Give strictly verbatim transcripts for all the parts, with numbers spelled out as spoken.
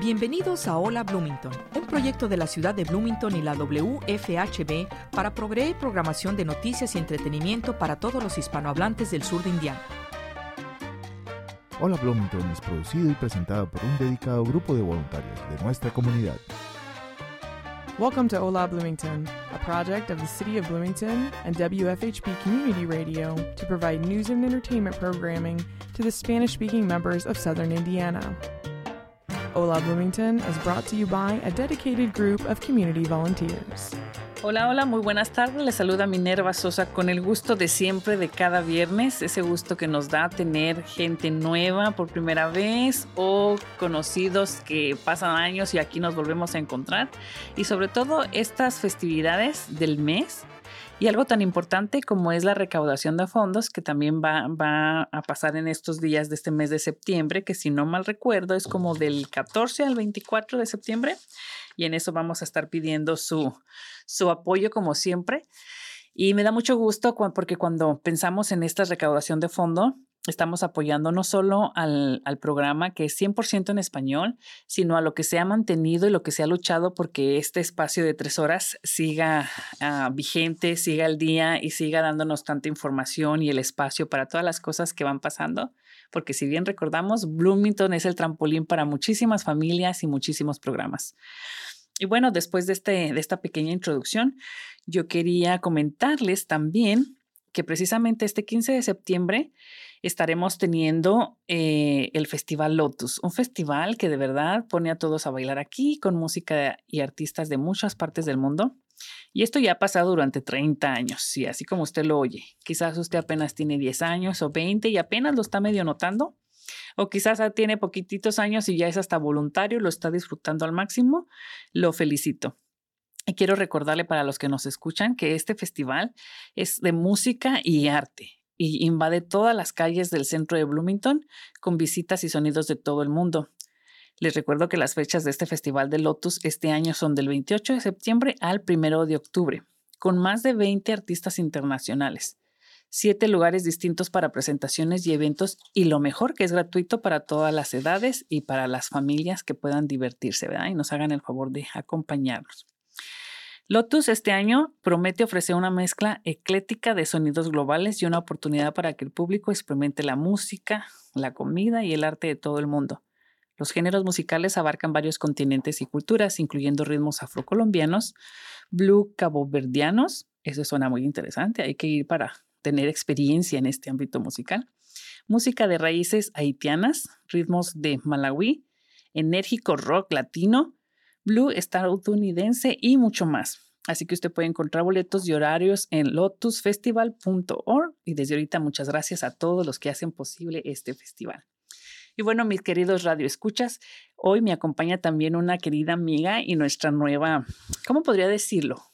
Bienvenidos a Hola Bloomington, un proyecto de la ciudad de Bloomington y la W F H B para proveer programación de noticias y entretenimiento para todos los hispanohablantes del sur de Indiana. Hola Bloomington es producido y presentado por un dedicado grupo de voluntarios de nuestra comunidad. Welcome to Hola Bloomington, a project of the City of Bloomington and W F H B Community Radio to provide news and entertainment programming to the Spanish-speaking members of Southern Indiana. Hola Bloomington is brought to you by a dedicated group of community volunteers. Hola, hola, muy buenas tardes. Les saluda Minerva Sosa con el gusto de siempre de cada viernes, ese gusto que nos da tener gente nueva por primera vez o conocidos que pasan años y aquí nos volvemos a encontrar. Y sobre todo estas festividades del mes y algo tan importante como es la recaudación de fondos que también va, va a pasar en estos días de este mes de septiembre, que si no mal recuerdo es como del catorce al veinticuatro de septiembre. Y en eso vamos a estar pidiendo su, su apoyo como siempre. Y me da mucho gusto porque cuando pensamos en esta recaudación de fondo, estamos apoyando no solo al, al programa que es cien por ciento en español, sino a lo que se ha mantenido y lo que se ha luchado porque este espacio de tres horas siga uh, vigente, siga al día y siga dándonos tanta información y el espacio para todas las cosas que van pasando. Porque si bien recordamos, Bloomington es el trampolín para muchísimas familias y muchísimos programas. Y bueno, después de, este, de esta pequeña introducción, yo quería comentarles también que precisamente este quince de septiembre estaremos teniendo eh, el Festival Lotus, un festival que de verdad pone a todos a bailar aquí con música y artistas de muchas partes del mundo. Y esto ya ha pasado durante treinta años, sí, así como usted lo oye. Quizás usted apenas tiene diez años o veinte y apenas lo está medio notando. O quizás tiene poquititos años y ya es hasta voluntario, lo está disfrutando al máximo. Lo felicito. Y quiero recordarle para los que nos escuchan que este festival es de música y arte y invade todas las calles del centro de Bloomington con visitas y sonidos de todo el mundo. Les recuerdo que las fechas de este Festival de Lotus este año son del veintiocho de septiembre al primero de octubre, con más de veinte artistas internacionales, siete lugares distintos para presentaciones y eventos y lo mejor que es gratuito para todas las edades y para las familias que puedan divertirse, ¿verdad? Y nos hagan el favor de acompañarnos. Lotus este año promete ofrecer una mezcla ecléctica de sonidos globales y una oportunidad para que el público experimente la música, la comida y el arte de todo el mundo. Los géneros musicales abarcan varios continentes y culturas, incluyendo ritmos afrocolombianos, blue caboverdianos, eso suena muy interesante, hay que ir para tener experiencia en este ámbito musical, música de raíces haitianas, ritmos de Malawi, enérgico rock latino, blue estadounidense y mucho más. Así que usted puede encontrar boletos y horarios en lotus festival punto org y desde ahorita muchas gracias a todos los que hacen posible este festival. Y bueno, mis queridos radioescuchas, hoy me acompaña también una querida amiga y nuestra nueva, ¿cómo podría decirlo?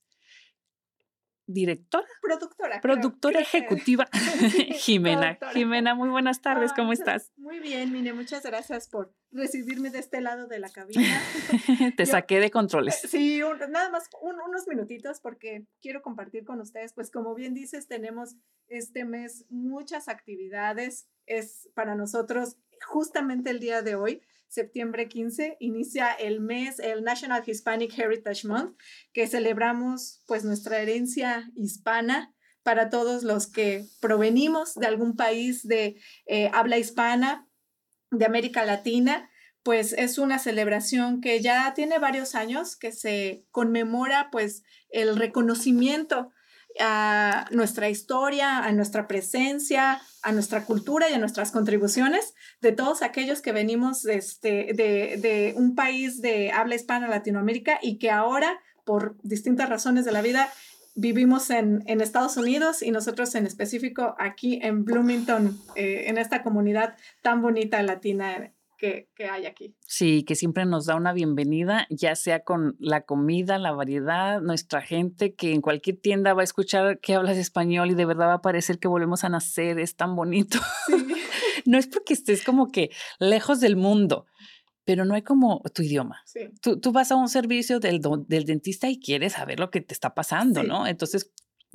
Directora. Productora. Productora creo, creo ejecutiva, que... Jimena. Productora. Jimena, muy buenas tardes, ¿cómo ah, estás? Muy bien, Mine, muchas gracias por recibirme de este lado de la cabina. Te Yo, saqué de controles. Sí, un, nada más un, unos minutitos porque quiero compartir con ustedes, pues como bien dices, tenemos este mes muchas actividades. Es para nosotros justamente el día de hoy, septiembre quince, inicia el mes, el National Hispanic Heritage Month, que celebramos pues nuestra herencia hispana para todos los que provenimos de algún país de eh, habla hispana, de América Latina. Pues es una celebración que ya tiene varios años, que se conmemora pues el reconocimiento a nuestra historia, a nuestra presencia, a nuestra cultura y a nuestras contribuciones de todos aquellos que venimos este, de, de un país de habla hispana, Latinoamérica, y que ahora, por distintas razones de la vida, vivimos en, en Estados Unidos y nosotros en específico aquí en Bloomington, eh, en esta comunidad tan bonita latina que, que hay aquí. Sí, que siempre nos da una bienvenida, ya sea con la comida, la variedad, nuestra gente, que en cualquier tienda va a escuchar que hablas español y de verdad va a parecer que volvemos a nacer, es tan bonito. Sí. No es porque estés como que lejos del mundo, pero no hay como tu idioma. Sí. Tú, tú vas a un servicio del, del dentista y quieres saber lo que te está pasando, sí. ¿no? Entonces,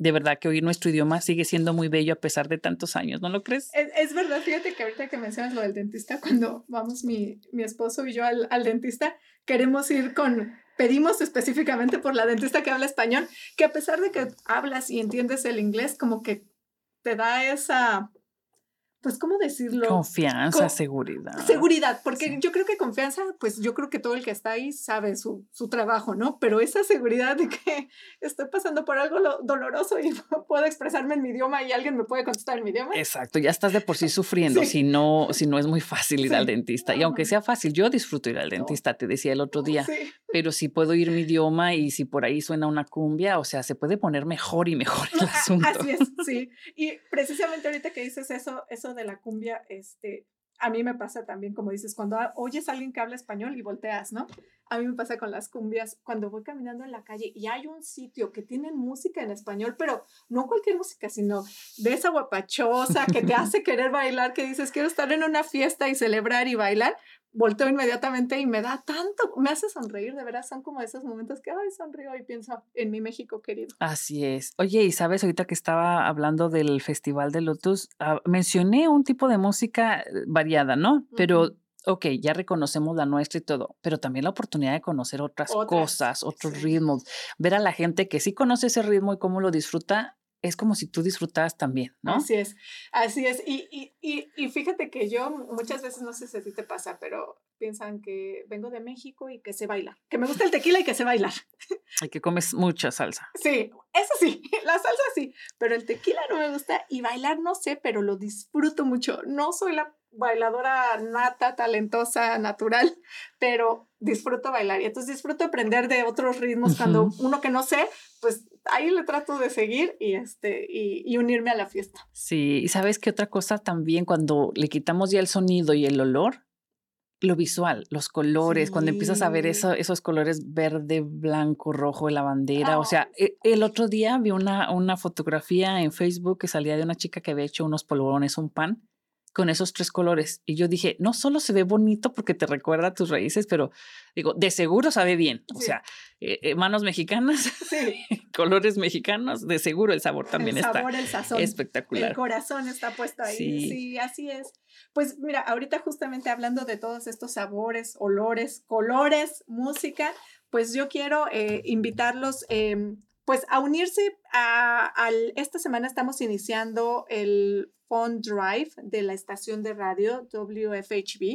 de verdad que oír nuestro idioma sigue siendo muy bello a pesar de tantos años, ¿no lo crees? Es, es verdad, fíjate que ahorita que mencionas lo del dentista, cuando vamos mi, mi esposo y yo al, al dentista, queremos ir con, pedimos específicamente por la dentista que habla español, que a pesar de que hablas y entiendes el inglés, como que te da esa... pues, ¿cómo decirlo? Confianza, Con, seguridad. Seguridad, porque sí. yo creo que confianza, pues yo creo que todo el que está ahí sabe su, su trabajo, ¿no? Pero esa seguridad de que estoy pasando por algo lo, doloroso y puedo expresarme en mi idioma y alguien me puede contestar en mi idioma. Exacto, ya estás de por sí sufriendo sí. si, no, si no es muy fácil ir sí. al dentista. Y aunque sea fácil, yo disfruto ir al dentista, no. te decía el otro día, sí. pero si puedo ir mi idioma y si por ahí suena una cumbia, o sea, se puede poner mejor y mejor el asunto. Así es, sí. Y precisamente ahorita que dices eso, eso de la cumbia, este, a mí me pasa también, como dices, cuando oyes a alguien que habla español y volteas, ¿no? A mí me pasa con las cumbias, cuando voy caminando en la calle y hay un sitio que tienen música en español, pero no cualquier música, sino de esa guapachosa que te hace querer bailar, que dices, quiero estar en una fiesta y celebrar y bailar, volteo inmediatamente y me da tanto, me hace sonreír, de verdad, son como esos momentos que, ay, sonrío y pienso en mi México querido. Así es. Oye, y sabes, ahorita que estaba hablando del Festival de Lotus, uh, mencioné un tipo de música variada, ¿no? Pero, uh-huh. ok, ya reconocemos la nuestra y todo, pero también la oportunidad de conocer otras, otras cosas, otros sí. ritmos, ver a la gente que sí conoce ese ritmo y cómo lo disfruta, es como si tú disfrutaras también, ¿no? Así es, así es. Y, y, y, y fíjate que yo muchas veces, no sé si a ti te pasa, pero piensan que vengo de México y que sé bailar, que me gusta el tequila y que sé bailar. Y que comes mucha salsa. Sí, eso sí, la salsa sí, pero el tequila no me gusta y bailar no sé, pero lo disfruto mucho. No soy la bailadora nata, talentosa, natural, pero disfruto bailar y entonces disfruto aprender de otros ritmos. Uh-huh. Cuando uno que no sé, pues ahí le trato de seguir y, este, y, y unirme a la fiesta. Sí, y ¿sabes qué otra cosa también? Cuando le quitamos ya el sonido y el olor, lo visual, los colores, sí. cuando empiezas a ver eso, esos colores verde, blanco, rojo de la bandera. Oh. O sea, el otro día vi una, una fotografía en Facebook que salía de una chica que había hecho unos polvorones, un pan, con esos tres colores. Y yo dije, no solo se ve bonito porque te recuerda a tus raíces, pero digo, de seguro sabe bien. O sí. sea, eh, manos mexicanas, sí. colores mexicanos, de seguro el sabor también el sabor, está el sazón, espectacular. El corazón está puesto ahí. Sí. sí, así es. Pues mira, ahorita justamente hablando de todos estos sabores, olores, colores, música, pues yo quiero eh, invitarlos eh, pues a unirse a, a, esta semana estamos iniciando el Fund Drive de la estación de radio W F H B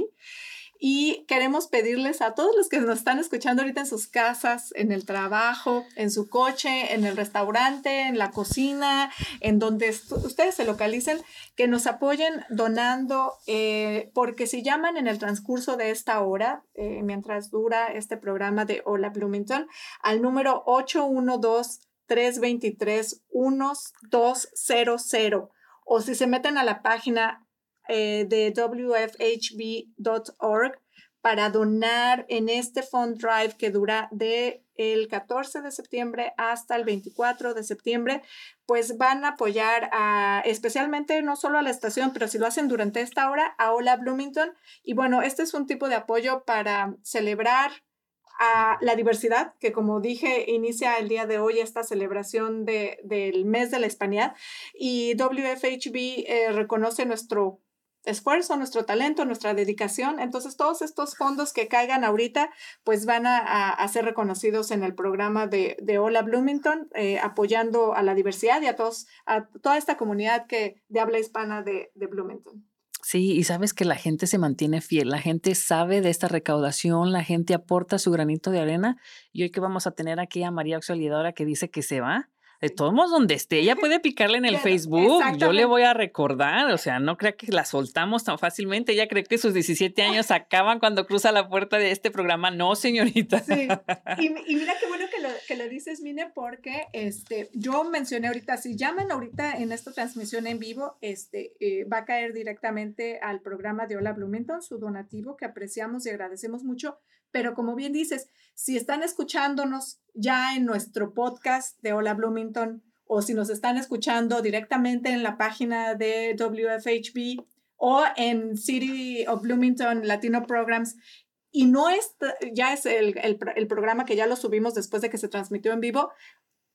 y queremos pedirles a todos los que nos están escuchando ahorita en sus casas, en el trabajo, en su coche, en el restaurante, en la cocina, en donde ustedes se localicen, que nos apoyen donando, eh, porque si llaman en el transcurso de esta hora, eh, mientras dura este programa de Hola Bloomington, al número ocho uno dos, tres dos tres, uno dos cero cero, o si se meten a la página eh, de W F H B punto org para donar en este Fund Drive que dura de el catorce de septiembre hasta el veinticuatro de septiembre, pues van a apoyar a, especialmente no solo a la estación, pero si lo hacen durante esta hora, a Hola Bloomington. Y bueno, este es un tipo de apoyo para celebrar a la diversidad, que como dije, inicia el día de hoy esta celebración de, del mes de la hispanidad, y W F H B eh, reconoce nuestro esfuerzo, nuestro talento, nuestra dedicación. Entonces todos estos fondos que caigan ahorita pues van a, a, a ser reconocidos en el programa de, de Hola Bloomington, eh, apoyando a la diversidad y a, todos, a toda esta comunidad que, de habla hispana de, de Bloomington. Sí, y sabes que la gente se mantiene fiel, la gente sabe de esta recaudación, la gente aporta su granito de arena, y hoy que vamos a tener aquí a María Auxiliadora que dice que se va. De todos modos, donde esté, ella puede picarle en el Facebook, yo le voy a recordar, o sea, no crea que la soltamos tan fácilmente, ella cree que sus diecisiete años acaban cuando cruza la puerta de este programa, no, señorita. Sí, y, y mira qué bueno que lo, que lo dices, Mine, porque este, yo mencioné ahorita, si llaman ahorita en esta transmisión en vivo, este, eh, va a caer directamente al programa de Hola Bloomington, su donativo, que apreciamos y agradecemos mucho. Pero como bien dices, si están escuchándonos ya en nuestro podcast de Hola Bloomington o si nos están escuchando directamente en la página de W F H B o en City of Bloomington Latino Programs y no es, ya es el, el, el programa que ya lo subimos después de que se transmitió en vivo,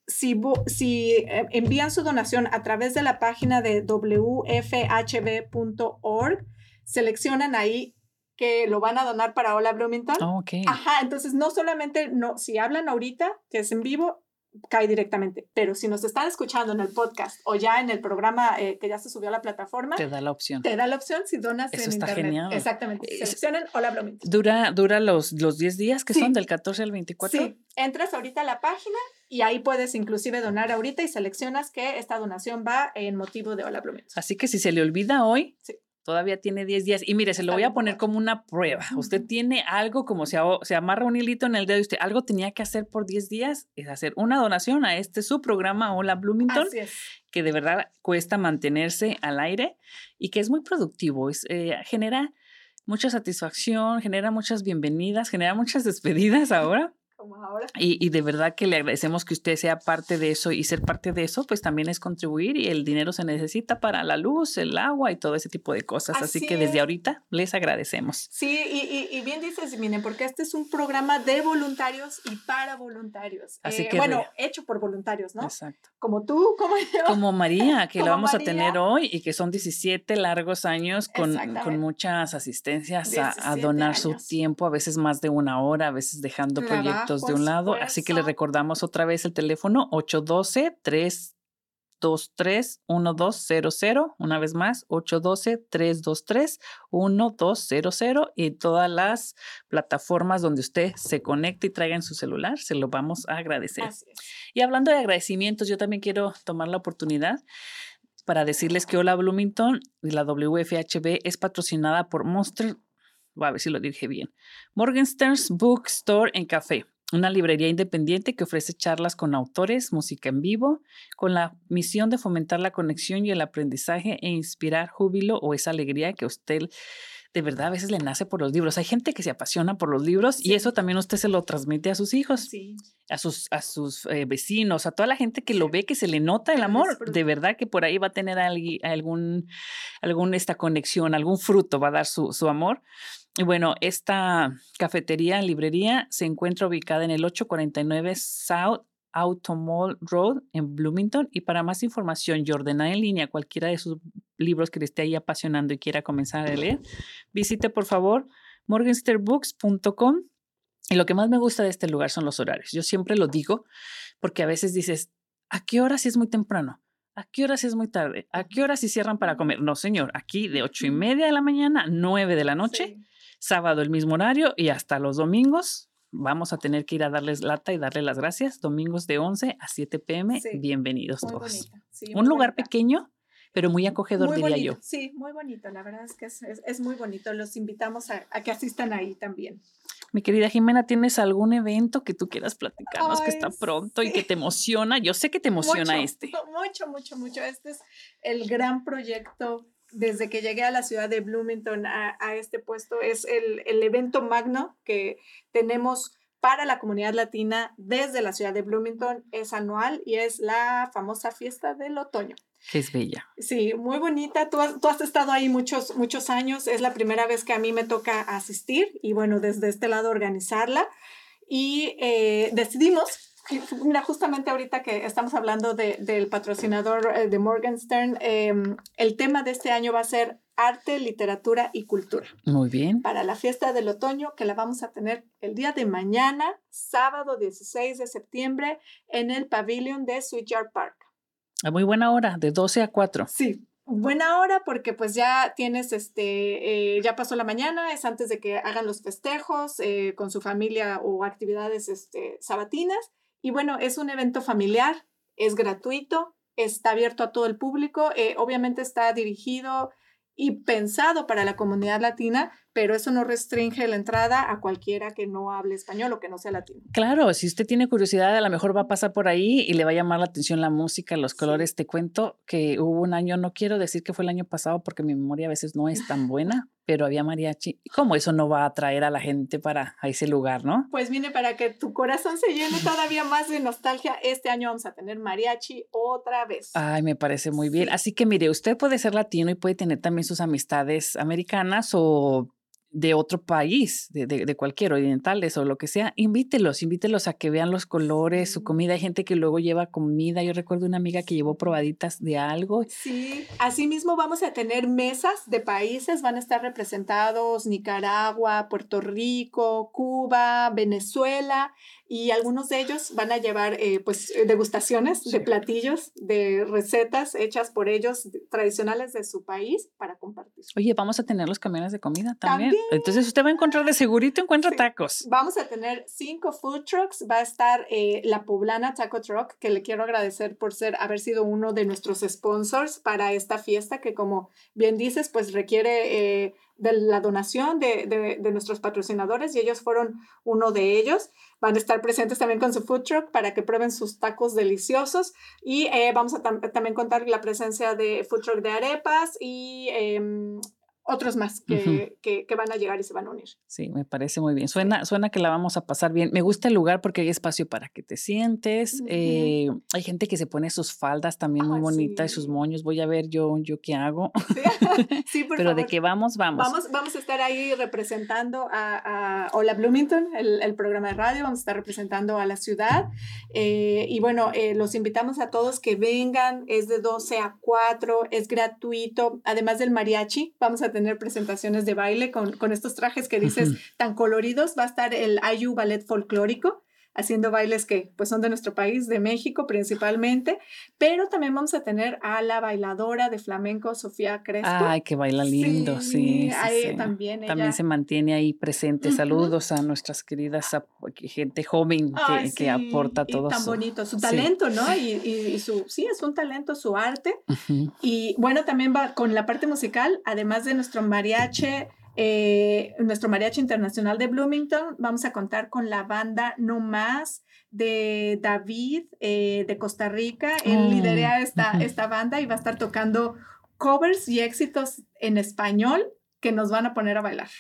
si, si envían su donación a través de la página de w f h b punto org, seleccionan ahí que lo van a donar para Hola Bloomington. Oh, okay. Ajá, entonces no solamente, no, si hablan ahorita, que es en vivo, cae directamente, pero si nos están escuchando en el podcast o ya en el programa eh, que ya se subió a la plataforma, te da la opción. Te da la opción si donas Eso en está internet. Genial. Exactamente. Seleccionen Hola Bloomington. ¿Dura, dura los, los diez días que sí. son del catorce al veinticuatro? Sí, entras ahorita a la página y ahí puedes inclusive donar ahorita y seleccionas que esta donación va en motivo de Hola Bloomington. Así que si se le olvida hoy, sí. todavía tiene diez días. Y mire, se lo voy a poner como una prueba. Usted tiene algo, como se, se amarra un hilito en el dedo y usted algo tenía que hacer por diez días, es hacer una donación a este su programa Hola Bloomington, Así es. que de verdad cuesta mantenerse al aire y que es muy productivo. Es, eh, genera mucha satisfacción, genera muchas bienvenidas, genera muchas despedidas ahora. Como ahora. Y, y de verdad que le agradecemos que usted sea parte de eso, y ser parte de eso pues también es contribuir, y el dinero se necesita para la luz, el agua y todo ese tipo de cosas. Así, Así que desde es. ahorita les agradecemos. Sí, y, y, y bien dices, miren, porque este es un programa de voluntarios y para voluntarios. Así eh, que bueno, re... hecho por voluntarios, ¿no? Exacto. Como tú, como yo. Como María, que como la vamos María. a tener hoy, y que son diecisiete largos años con, con muchas asistencias a, a donar años. Su tiempo, a veces más de una hora, a veces dejando Trabajo, proyectos de un lado. Esfuerzo. Así que le recordamos otra vez el teléfono ocho uno dos, tres dos tres, uno dos cero cero. Una vez más, ocho uno dos, tres dos tres, uno dos cero cero. Y todas las plataformas donde usted se conecte y traiga en su celular, se lo vamos a agradecer. Así es. Y hablando de agradecimientos, yo también quiero tomar la oportunidad para decirles que Hola Bloomington y la W F H B es patrocinada por Monster, a ver si lo dije bien, Morgenstern's Bookstore and Café, una librería independiente que ofrece charlas con autores, música en vivo, con la misión de fomentar la conexión y el aprendizaje e inspirar júbilo o esa alegría que a usted de verdad a veces le nace por los libros. Hay gente que se apasiona por los libros, sí. y eso también usted se lo transmite a sus hijos, sí. a sus, a sus eh, vecinos, a toda la gente que lo ve, que se le nota el amor. De verdad que por ahí va a tener alguien, algún, algún esta conexión, algún fruto va a dar su, su amor. Y bueno, esta cafetería, librería, se encuentra ubicada en el ocho cuarenta y nueve South Automall Road en Bloomington. Y para más información y ordenar en línea cualquiera de sus libros que le esté ahí apasionando y quiera comenzar a leer, visite por favor morgenstern books punto com. Y lo que más me gusta de este lugar son los horarios. Yo siempre lo digo porque a veces dices, ¿a qué hora si es muy temprano? ¿A qué hora si es muy tarde? ¿A qué hora si cierran para comer? No, señor, aquí de ocho y media de la mañana a nueve de la noche. Sí. Sábado el mismo horario, y hasta los domingos vamos a tener que ir a darles lata y darle las gracias. Domingos de once a siete p m Sí. Bienvenidos muy todos. Bonita, sí, Un lugar bonita. pequeño, pero muy acogedor, muy diría bonito, yo. Sí, muy bonito. La verdad es que es, es, es muy bonito. Los invitamos a, a que asistan ahí también. Mi querida Jimena, ¿tienes algún evento que tú quieras platicarnos Ay, que está pronto sí. y que te emociona? Yo sé que te emociona mucho, este. Mucho, mucho, mucho. Este es el gran proyecto. Desde que llegué a la ciudad de Bloomington a, a este puesto, es el, el evento magno que tenemos para la comunidad latina desde la ciudad de Bloomington. Es anual y es la famosa fiesta del otoño. Que es bella. Sí, muy bonita. Tú has, tú has estado ahí muchos, muchos años. Es la primera vez que a mí me toca asistir y bueno, desde este lado organizarla. Y eh, decidimos... Mira, justamente ahorita que estamos hablando de, del patrocinador eh, de Morgenstern, eh, el tema de este año va a ser arte, literatura y cultura. Muy bien. Para la fiesta del otoño, que la vamos a tener el día de mañana, sábado dieciséis de septiembre, en el pabellón de Sweet Yard Park. A muy buena hora, de doce a cuatro. Sí. Buena hora porque pues ya tienes, este, eh, ya pasó la mañana, es antes de que hagan los festejos eh, con su familia o actividades este, sabatinas. Y bueno, es un evento familiar, es gratuito, está abierto a todo el público, eh, obviamente está dirigido y pensado para la comunidad latina, pero eso no restringe la entrada a cualquiera que no hable español o que no sea latino. Claro, si usted tiene curiosidad, a lo mejor va a pasar por ahí y le va a llamar la atención la música, los colores. Sí. Te cuento que hubo un año, no quiero decir que fue el año pasado porque mi memoria a veces no es tan buena, pero había mariachi. ¿Cómo eso no va a atraer a la gente para a ese lugar, no? Pues viene para que tu corazón se llene todavía más de nostalgia. Este año vamos a tener mariachi otra vez. Ay, me parece muy bien. Sí. Así que mire, usted puede ser latino y puede tener también sus amistades americanas o de otro país, de, de, de cualquier orientales o lo que sea, invítelos, invítelos a que vean los colores, su comida. Hay gente que luego lleva comida. Yo recuerdo una amiga que llevó probaditas de algo. Sí, asimismo vamos a tener mesas de países, van a estar representados Nicaragua, Puerto Rico, Cuba, Venezuela, y algunos de ellos van a llevar eh, pues degustaciones de platillos, de recetas hechas por ellos, tradicionales de su país, para compartir. Oye, vamos a tener los camiones de comida también. También. Entonces usted va a encontrar de segurito, encuentra Sí. tacos. Vamos a tener cinco food trucks. Va a estar eh, La Poblana Taco Truck, que le quiero agradecer por ser, haber sido uno de nuestros sponsors para esta fiesta, que como bien dices, pues requiere eh, de la donación de, de, de nuestros patrocinadores, y ellos fueron uno de ellos. Van a estar presentes también con su food truck para que prueben sus tacos deliciosos, y eh, vamos a tam- también contar la presencia de food truck de arepas y eh, otros más que, Ujú. que, que van a llegar y se van a unir. Sí, me parece muy bien. Suena, suena que la vamos a pasar bien. Me gusta el lugar porque hay espacio para que te sientes. Ujú. Eh, hay gente que se pone sus faldas también muy Ay, bonitas y sus sí. moños. Voy a ver yo, yo qué hago. Sí, sí, por Pero favor. de que vamos, vamos. Vamos, vamos a estar ahí representando a, a Hola Bloomington, el, el programa de radio. Vamos a estar representando a la ciudad. Eh, y bueno, eh, los invitamos a todos que vengan. Es de doce a cuatro, es gratuito. Además del mariachi, vamos a tener presentaciones de baile con, con estos trajes que dices Ujú. tan coloridos. Va a estar el I U Ballet Folclórico, haciendo bailes que pues son de nuestro país, de México principalmente, pero también vamos a tener a la bailadora de flamenco Sofía Crespo. Ay, que baila lindo, sí, sí, ahí sí. también ella. También se mantiene ahí presente. Ujú. Saludos a nuestras queridas ap- gente joven que, Ay, que sí, aporta y todo tan su... bonito, su sí. talento, ¿no? Y, y, y su, sí, es un talento, su arte. Ujú. Y bueno, también va con la parte musical, además de nuestro mariachi, eh, nuestro mariachi internacional de Bloomington, vamos a contar con la banda No Más de David eh, de Costa Rica. Él Oh, lidera esta, ujú. esta banda y va a estar tocando covers y éxitos en español que nos van a poner a bailar.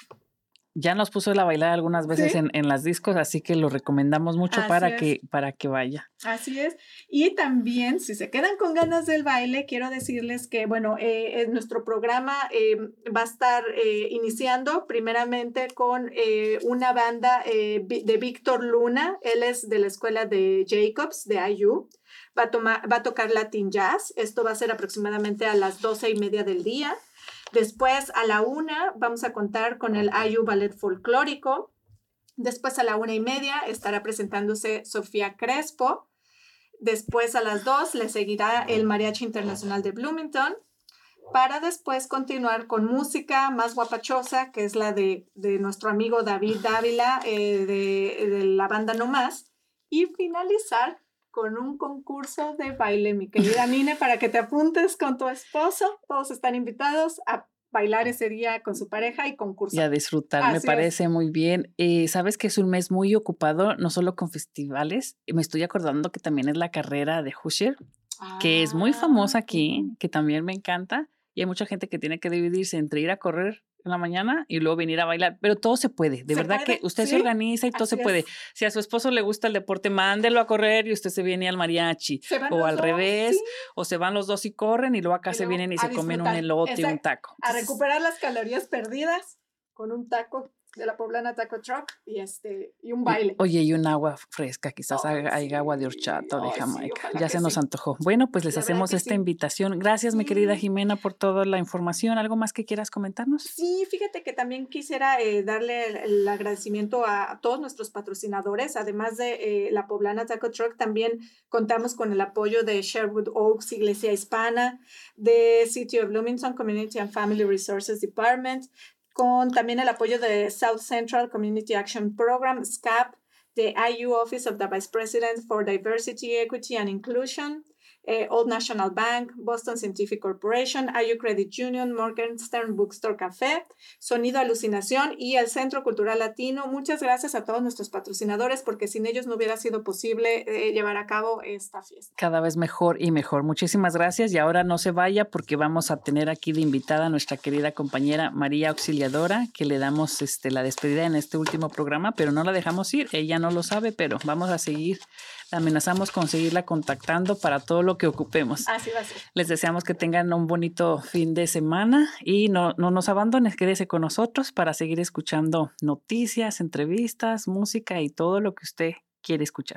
Ya nos puso él a bailar algunas veces Sí. en, en las discos, así que lo recomendamos mucho Así para es. que, para que vaya. Así es. Y también, si se quedan con ganas del baile, quiero decirles que, bueno, eh, nuestro programa eh, va a estar eh, iniciando primeramente con eh, una banda eh, de Víctor Luna. Él es de la escuela de Jacobs, de I U. Va a, tomar, va a tocar Latin Jazz. Esto va a ser aproximadamente a las doce y media del día. Después, a la una, vamos a contar con el I U Ballet Folclórico. Después, a la una y media, estará presentándose Sofía Crespo. Después, a las dos, le seguirá el Mariachi Internacional de Bloomington, para después continuar con música más guapachosa, que es la de, de nuestro amigo David Dávila, eh, de, de la banda No Más, y finalizar con un concurso de baile, mi querida Mine, para que te apuntes con tu esposo. Todos están invitados a bailar ese día con su pareja y concursar. Y a disfrutar, Así me es. parece muy bien. Eh, Sabes que es un mes muy ocupado, no solo con festivales. Me estoy acordando que también es la carrera de Hoosier, que es muy famosa aquí, Ah, que también me encanta. Y hay mucha gente que tiene que dividirse entre ir a correr en la mañana y luego venir a bailar, pero todo se puede, de ¿Se verdad puede? que usted ¿Sí? se organiza y todo Así se puede. es. Si a su esposo le gusta el deporte, mándelo a correr y usted se viene al mariachi, Se van o los al dos, revés, sí, o se van los dos y corren y luego acá y se luego vienen y a se comen un disfrutar. elote y un Exacto. taco. A Entonces, recuperar las calorías perdidas con un taco de la Poblana Taco Truck y, este, y un baile. oye, y un agua fresca, quizás Ay, hay, hay sí. agua de horchata o de Ay, sí, Jamaica. ojalá Ya que se nos sí. antojó. Bueno, pues les La verdad hacemos que esta sí. invitación. Gracias, mi querida Sí. Jimena, por toda la información. ¿Algo más que quieras comentarnos? Sí, fíjate que también quisiera eh, darle el, el agradecimiento a, a todos nuestros patrocinadores. Además de eh, la Poblana Taco Truck, también contamos con el apoyo de Sherwood Oaks, Iglesia Hispana, de City of Bloomington Community and Family Resources Department, con también el apoyo de South Central Community Action Program, S C A P, de I U Office of the Vice President for Diversity, Equity and Inclusion, eh, Old National Bank, Boston Scientific Corporation, I U Credit Union, Morgenstern Bookstore Café, Sonido Alucinación y el Centro Cultural Latino. Muchas gracias a todos nuestros patrocinadores, porque sin ellos no hubiera sido posible eh, llevar a cabo esta fiesta. Cada vez mejor y mejor. Muchísimas gracias. Y ahora no se vaya porque vamos a tener aquí de invitada a nuestra querida compañera María Auxiliadora, que le damos este, la despedida en este último programa, pero no la dejamos ir. Ella no lo sabe, pero vamos a seguir amenazamos con seguirla contactando para todo lo que ocupemos. Así va a ser. Les deseamos que tengan un bonito fin de semana y no, no nos abandones, quédese con nosotros para seguir escuchando noticias, entrevistas, música y todo lo que usted quiere escuchar.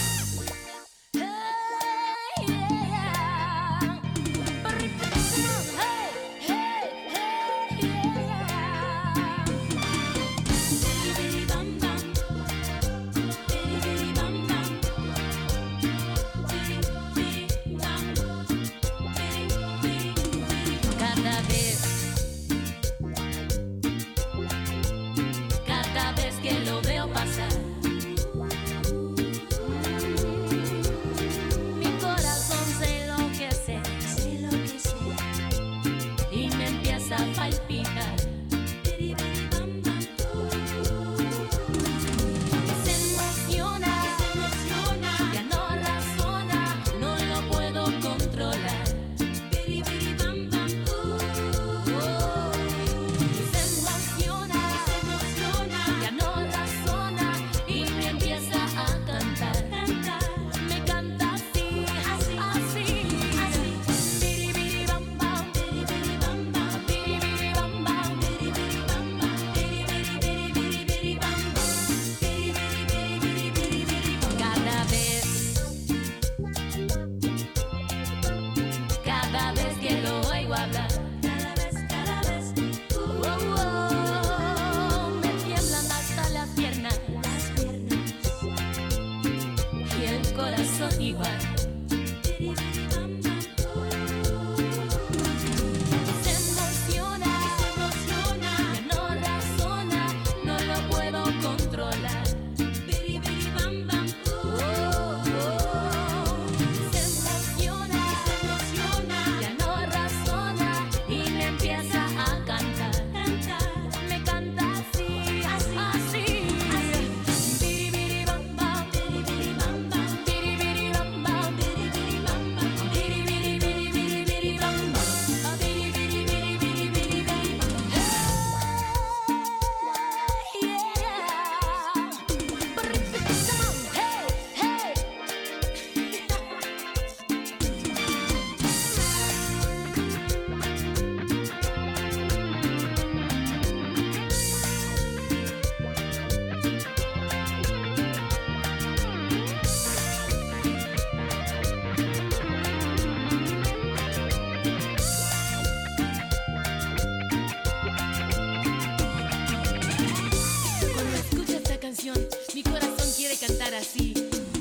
Mi corazón quiere cantar así.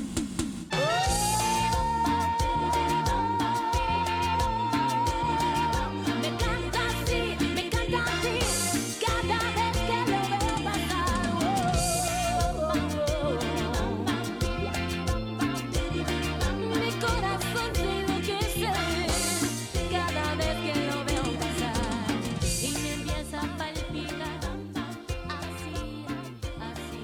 Me encanta así, me encanta así, cada vez que lo veo pasar. Mi corazón se enloquece cada vez que lo veo pasar y me empieza a palpitar así, así.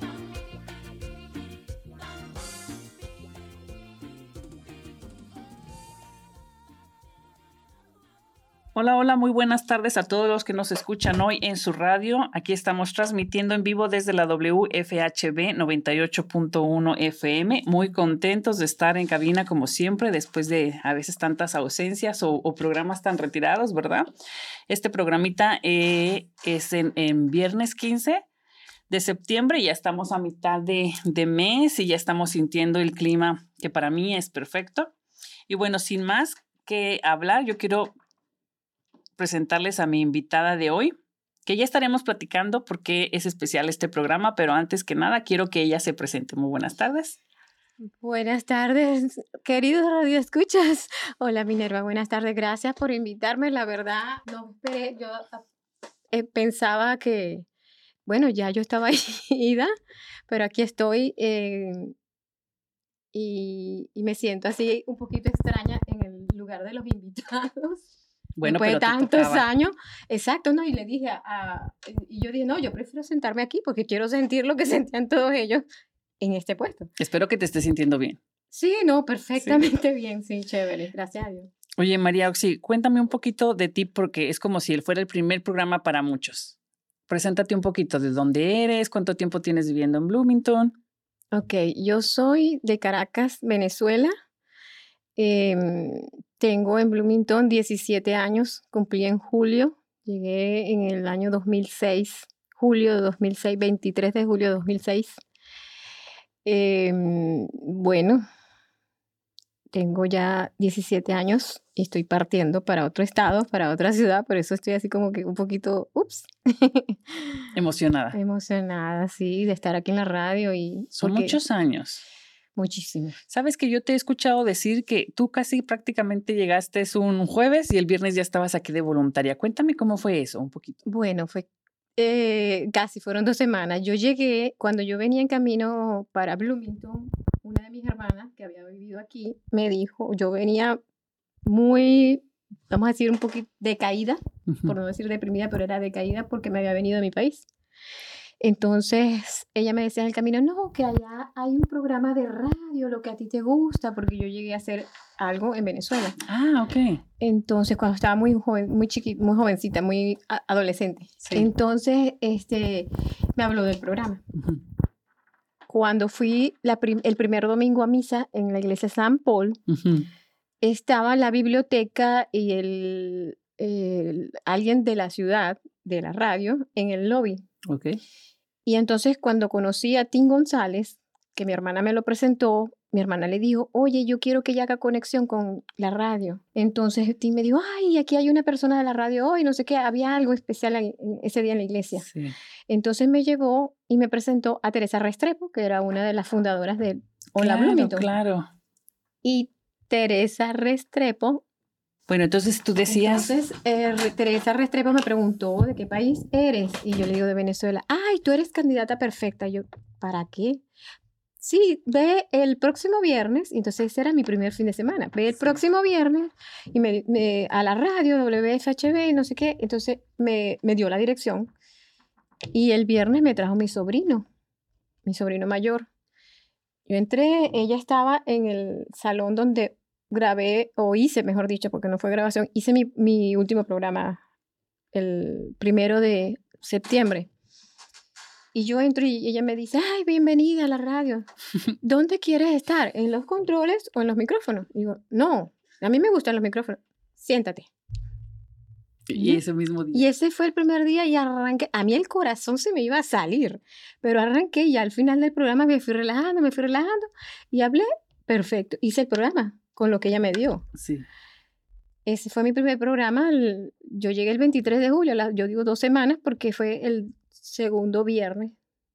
Hola, hola, muy buenas tardes a todos los que nos escuchan hoy en su radio. Aquí estamos transmitiendo en vivo desde la W F H B noventa y ocho punto uno F M. Muy contentos de estar en cabina como siempre, después de a veces tantas ausencias o, o programas tan retirados, ¿verdad? Este programita eh, es en, en viernes quince de septiembre. Ya estamos a mitad de, de mes y ya estamos sintiendo el clima que para mí es perfecto. Y bueno, sin más que hablar, yo quiero presentarles a mi invitada de hoy, que ya estaremos platicando por qué es especial este programa, pero antes que nada quiero que ella se presente. Muy buenas tardes. Buenas tardes, queridos radioescuchas. Hola Minerva, buenas tardes. Gracias por invitarme. La verdad, no esperé. Yo eh, pensaba que, bueno, ya yo estaba ida, pero aquí estoy eh, y, y me siento así un poquito extraña en el lugar de los invitados. Bueno, después de pero tantos tocaba. años, exacto, ¿no? Y le dije a, a- y yo dije, no, yo prefiero sentarme aquí porque quiero sentir lo que sentían todos ellos en este puesto. Espero que te estés sintiendo bien. Sí, no, perfectamente bien, sí, chévere, gracias a Dios. Oye, María Oxy, cuéntame un poquito de ti porque es como si él fuera el primer programa para muchos. Preséntate un poquito de dónde eres, cuánto tiempo tienes viviendo en Bloomington. Ok, yo soy de Caracas, Venezuela. Em, tengo en Bloomington diecisiete años, cumplí en julio. Llegué en el año dos mil seis, julio de dos mil seis, veintitrés de julio de dos mil seis. Em, bueno, tengo ya diecisiete años y estoy partiendo para otro estado, para otra ciudad, por eso estoy así como que un poquito, ups, Emocionada. emocionada, sí, de estar aquí en la radio y Son porque muchos años. muchísimo. Sabes que yo te he escuchado decir que tú casi prácticamente llegaste un jueves y el viernes ya estabas aquí de voluntaria. Cuéntame cómo fue eso, un poquito. Bueno, fue eh, casi, fueron dos semanas. Yo llegué, cuando yo venía en camino para Bloomington, una de mis hermanas que había vivido aquí me dijo, yo venía muy, vamos a decir, un poquito decaída, Ujú. por no decir deprimida, pero era decaída porque me había venido de mi país. Entonces ella me decía en el camino, no, que allá hay un programa de radio, lo que a ti te gusta, porque yo llegué a hacer algo en Venezuela. Ah, ok. Entonces, cuando estaba muy joven, muy chiquita, muy jovencita, muy a- adolescente. Sí. Entonces, este, me habló del programa. Ujú. Cuando fui la prim- el primer domingo a misa en la iglesia San Paul, Ujú. estaba la biblioteca y el, el- alguien de la ciudad, de la radio, en el lobby. Ok. Y entonces cuando conocí a Tim González, que mi hermana me lo presentó, mi hermana le dijo, oye, yo quiero que ella haga conexión con la radio. Entonces Tim me dijo, ay, aquí hay una persona de la radio hoy, no sé qué, había algo especial en- en ese día en la iglesia. Sí. Entonces me llevó y me presentó a Teresa Restrepo, que era una de las fundadoras de Hola Claro, Bloomington. claro. Y Teresa Restrepo, Bueno, entonces tú decías, entonces eh, Re- Teresa Restrepo me preguntó, ¿de qué país eres? Y yo le digo, de Venezuela. Ay, tú eres candidata perfecta. Yo, ¿para qué? Sí, ve el próximo viernes, y entonces ese era mi primer fin de semana, ve el Sí. próximo viernes y me, me- a la radio, W F H B, y no sé qué, entonces me, me dio la dirección y el viernes me trajo mi sobrino, mi sobrino mayor. Yo entré, ella estaba en el salón donde grabé, o hice, mejor dicho, porque no fue grabación, hice mi, mi último programa el primero de septiembre. Y yo entro y ella me dice, ay, bienvenida a la radio. ¿Dónde quieres estar? ¿En los controles o en los micrófonos? Y digo, no, a mí me gustan los micrófonos. Siéntate. y ese mismo día. Y ese fue el primer día y arranqué. A mí el corazón se me iba a salir, pero arranqué y al final del programa me fui relajando, me fui relajando y hablé. Perfecto. Hice el programa con lo que ella me dio. Sí. Ese fue mi primer programa. el- yo llegué el veintitrés de julio, la- yo digo dos semanas porque fue el segundo viernes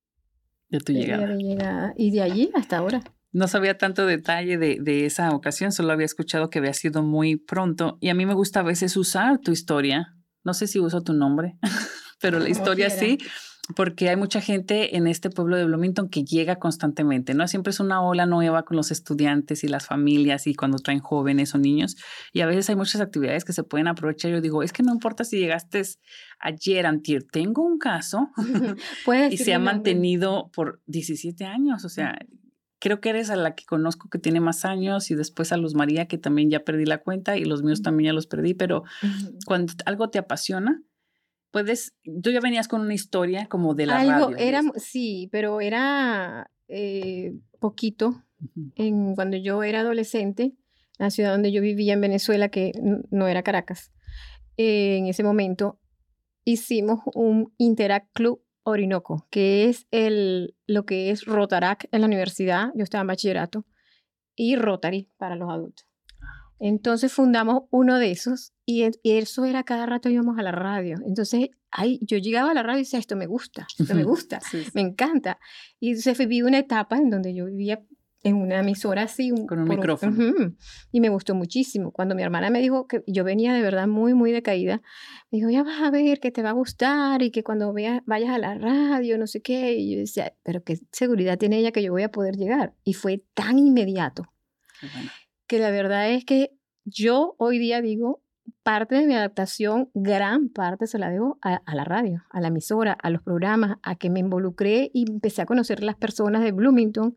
De tu del día llegada. de llegada. Y de allí hasta ahora. No sabía tanto detalle de, de esa ocasión, solo había escuchado que había sido muy pronto. Y a mí me gusta a veces usar tu historia. No sé si uso tu nombre, pero la Como historia quiera. sí, porque hay mucha gente en este pueblo de Bloomington que llega constantemente, ¿no? Siempre es una ola nueva con los estudiantes y las familias y cuando traen jóvenes o niños. Y a veces hay muchas actividades que se pueden aprovechar. Yo digo, es que no importa si llegaste ayer, antier, tengo un caso Puedes y decir se ha mi nombre. mantenido por diecisiete años. O sea, creo que eres a la que conozco que tiene más años y después a Luz María, que también ya perdí la cuenta y los míos también ya los perdí, pero Ujú. cuando algo te apasiona, puedes, tú ya venías con una historia como de la Algo radio. de era, esto. sí, pero era eh, poquito. Ujú. En, cuando yo era adolescente, la ciudad donde yo vivía en Venezuela, que n- no era Caracas, eh, en ese momento hicimos un Interact Club Orinoco, que es el, lo que es Rotarac en la universidad, yo estaba en bachillerato, y Rotary para los adultos. Entonces fundamos uno de esos y, e- y eso era cada rato íbamos a la radio. Entonces, ay, yo llegaba a la radio y decía, esto me gusta, esto me gusta, Sí, sí. me encanta. Y entonces viví una etapa en donde yo vivía en una emisora así. un- Con un por micrófono. Ujú, y me gustó muchísimo. Cuando mi hermana me dijo que yo venía de verdad muy, muy decaída, me dijo, ya vas a ver que te va a gustar y que cuando veas, vayas a la radio, no sé qué. Y yo decía, pero qué seguridad tiene ella que yo voy a poder llegar. Y fue tan inmediato Qué bueno. que la verdad es que yo hoy día digo, parte de mi adaptación, gran parte se la debo a, a la radio, a la emisora, a los programas, a que me involucré y empecé a conocer las personas de Bloomington.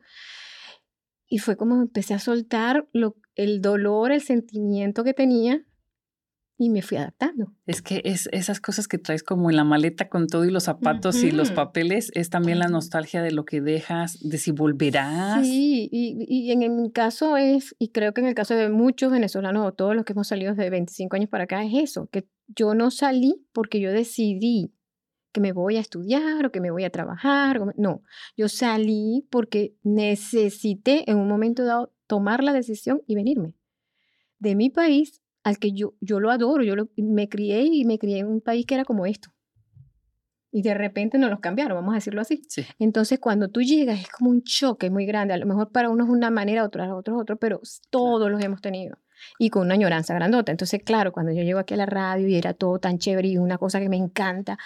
Y fue como empecé a soltar lo, el dolor, el sentimiento que tenía y me fui adaptando. Es que es esas cosas que traes como en la maleta con todo y los zapatos Ujú. y los papeles, es también la nostalgia de lo que dejas, de si volverás. Sí, y, y en, en mi caso es, y creo que en el caso de muchos venezolanos o todos los que hemos salido de veinticinco años para acá, es eso, que yo no salí porque yo decidí que me voy a estudiar o que me voy a trabajar. o me- No, yo salí porque necesité en un momento dado tomar la decisión y venirme de mi país al que yo, yo lo adoro, yo lo- me crié y me crié en un país que era como esto. Y de repente nos los cambiaron, vamos a decirlo así. Sí. Entonces, cuando tú llegas, es como un choque muy grande. A lo mejor para unos es una manera, para otros otro, pero s- todos los hemos tenido. Y con una añoranza grandota. Entonces, claro, cuando yo llego aquí a la radio y era todo tan chévere y una cosa que me encanta,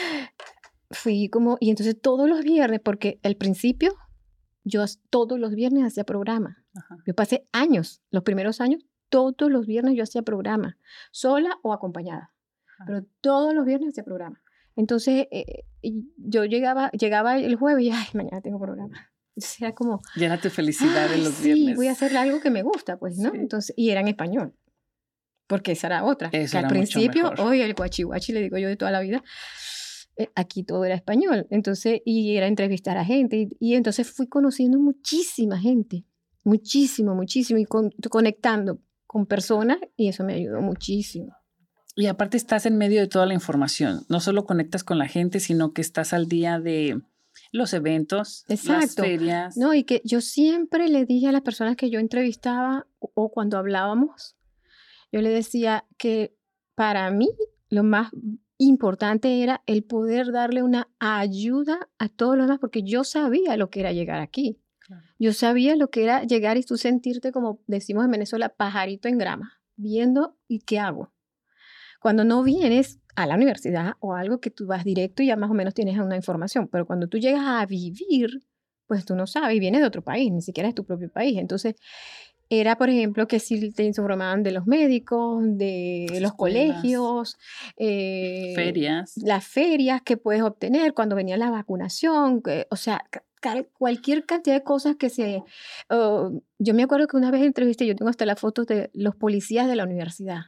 fui como, y entonces todos los viernes, porque al principio yo as- todos los viernes hacía programa. Ajá. Yo pasé años, los primeros años, todos los viernes yo hacía programa, sola o acompañada, Ajá. pero todos los viernes hacía programa. Entonces eh, y yo llegaba, llegaba el jueves y, ay, mañana tengo programa. Entonces era como, Llena tu felicidad ay, en los sí, viernes. voy a hacer algo que me gusta, pues, ¿no? Sí. Entonces, y era en español, porque esa era otra. Eso que al era mucho principio, mejor. oye, el guachihuachi, le digo yo de toda la vida, eh, aquí todo era español, entonces, y era entrevistar a gente, y, y entonces fui conociendo muchísima gente, muchísimo, muchísimo, y con- conectando con personas, y eso me ayudó muchísimo. Y aparte estás en medio de toda la información. No solo conectas con la gente, sino que estás al día de los eventos, las Exacto. ferias. No, y que yo siempre le dije a las personas que yo entrevistaba o, o cuando hablábamos, yo le decía que para mí lo más importante era el poder darle una ayuda a todos los demás, porque yo sabía lo que era llegar aquí. Claro. Yo sabía lo que era llegar y tú sentirte, como decimos en Venezuela, pajarito en grama, viendo y qué hago. Cuando no vienes a la universidad o algo que tú vas directo y ya más o menos tienes una información, pero cuando tú llegas a vivir, pues tú no sabes y vienes de otro país, ni siquiera es tu propio país. Entonces, era, por ejemplo, que si te informaban de los médicos, de Las los escuelas. colegios, eh, Ferias. las ferias que puedes obtener cuando venía la vacunación, que- o sea, ca- ca- cualquier cantidad de cosas que se... uh, yo me acuerdo que una vez entrevisté, yo tengo hasta las fotos de los policías de la universidad,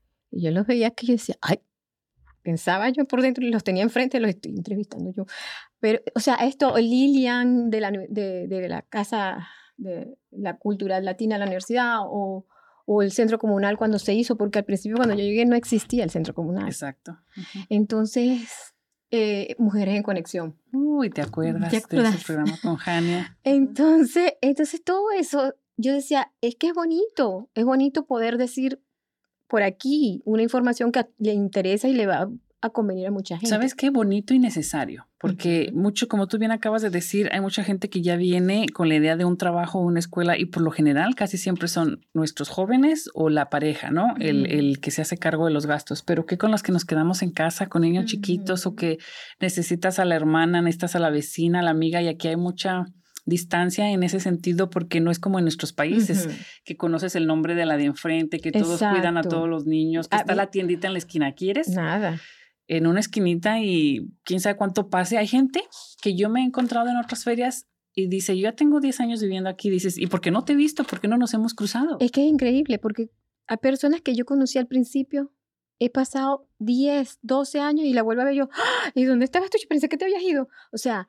y yo los veía que yo decía, ay, pensaba yo por dentro y los tenía enfrente, los estoy entrevistando yo. Pero, o sea, esto, Lilian de la, de, de la Casa de la Cultural Latina de la universidad o, o el Centro Comunal cuando se hizo, porque al principio cuando yo llegué no existía el Centro Comunal. Exacto. Ujú. Entonces, eh, Mujeres en Conexión. Uy, ¿te acuerdas, ¿Te de acuerdas? ese programa con Jania? Entonces, entonces todo eso, yo decía, es que es bonito, es bonito poder decir por aquí una información que a- le interesa y le va a convenir a mucha gente. ¿Sabes qué? Bonito y necesario, porque Ujú. mucho, como tú bien acabas de decir, hay mucha gente que ya viene con la idea de un trabajo o una escuela y por lo general casi siempre son nuestros jóvenes o la pareja, ¿no? El, Ujú. el que se hace cargo de los gastos. Pero ¿qué con los que nos quedamos en casa con niños Ujú. chiquitos o que necesitas a la hermana, necesitas a la vecina, a la amiga y aquí hay mucha distancia en ese sentido porque no es como en nuestros países, Ujú. que conoces el nombre de la de enfrente, que todos cuidan a Exacto. todos los niños, que A está mí- la tiendita en la esquina, ¿quieres? Nada. En una esquinita y quién sabe cuánto pase. Hay gente que yo me he encontrado en otras ferias y dice, yo ya tengo diez años viviendo aquí. Dices, ¿y por qué no te he visto? ¿Por qué no nos hemos cruzado? Es que es increíble porque hay personas que yo conocí al principio, he pasado diez, doce años y la vuelvo a ver yo, ¡ah! ¿Y dónde estabas tú? Yo pensé que te habías ido. O sea,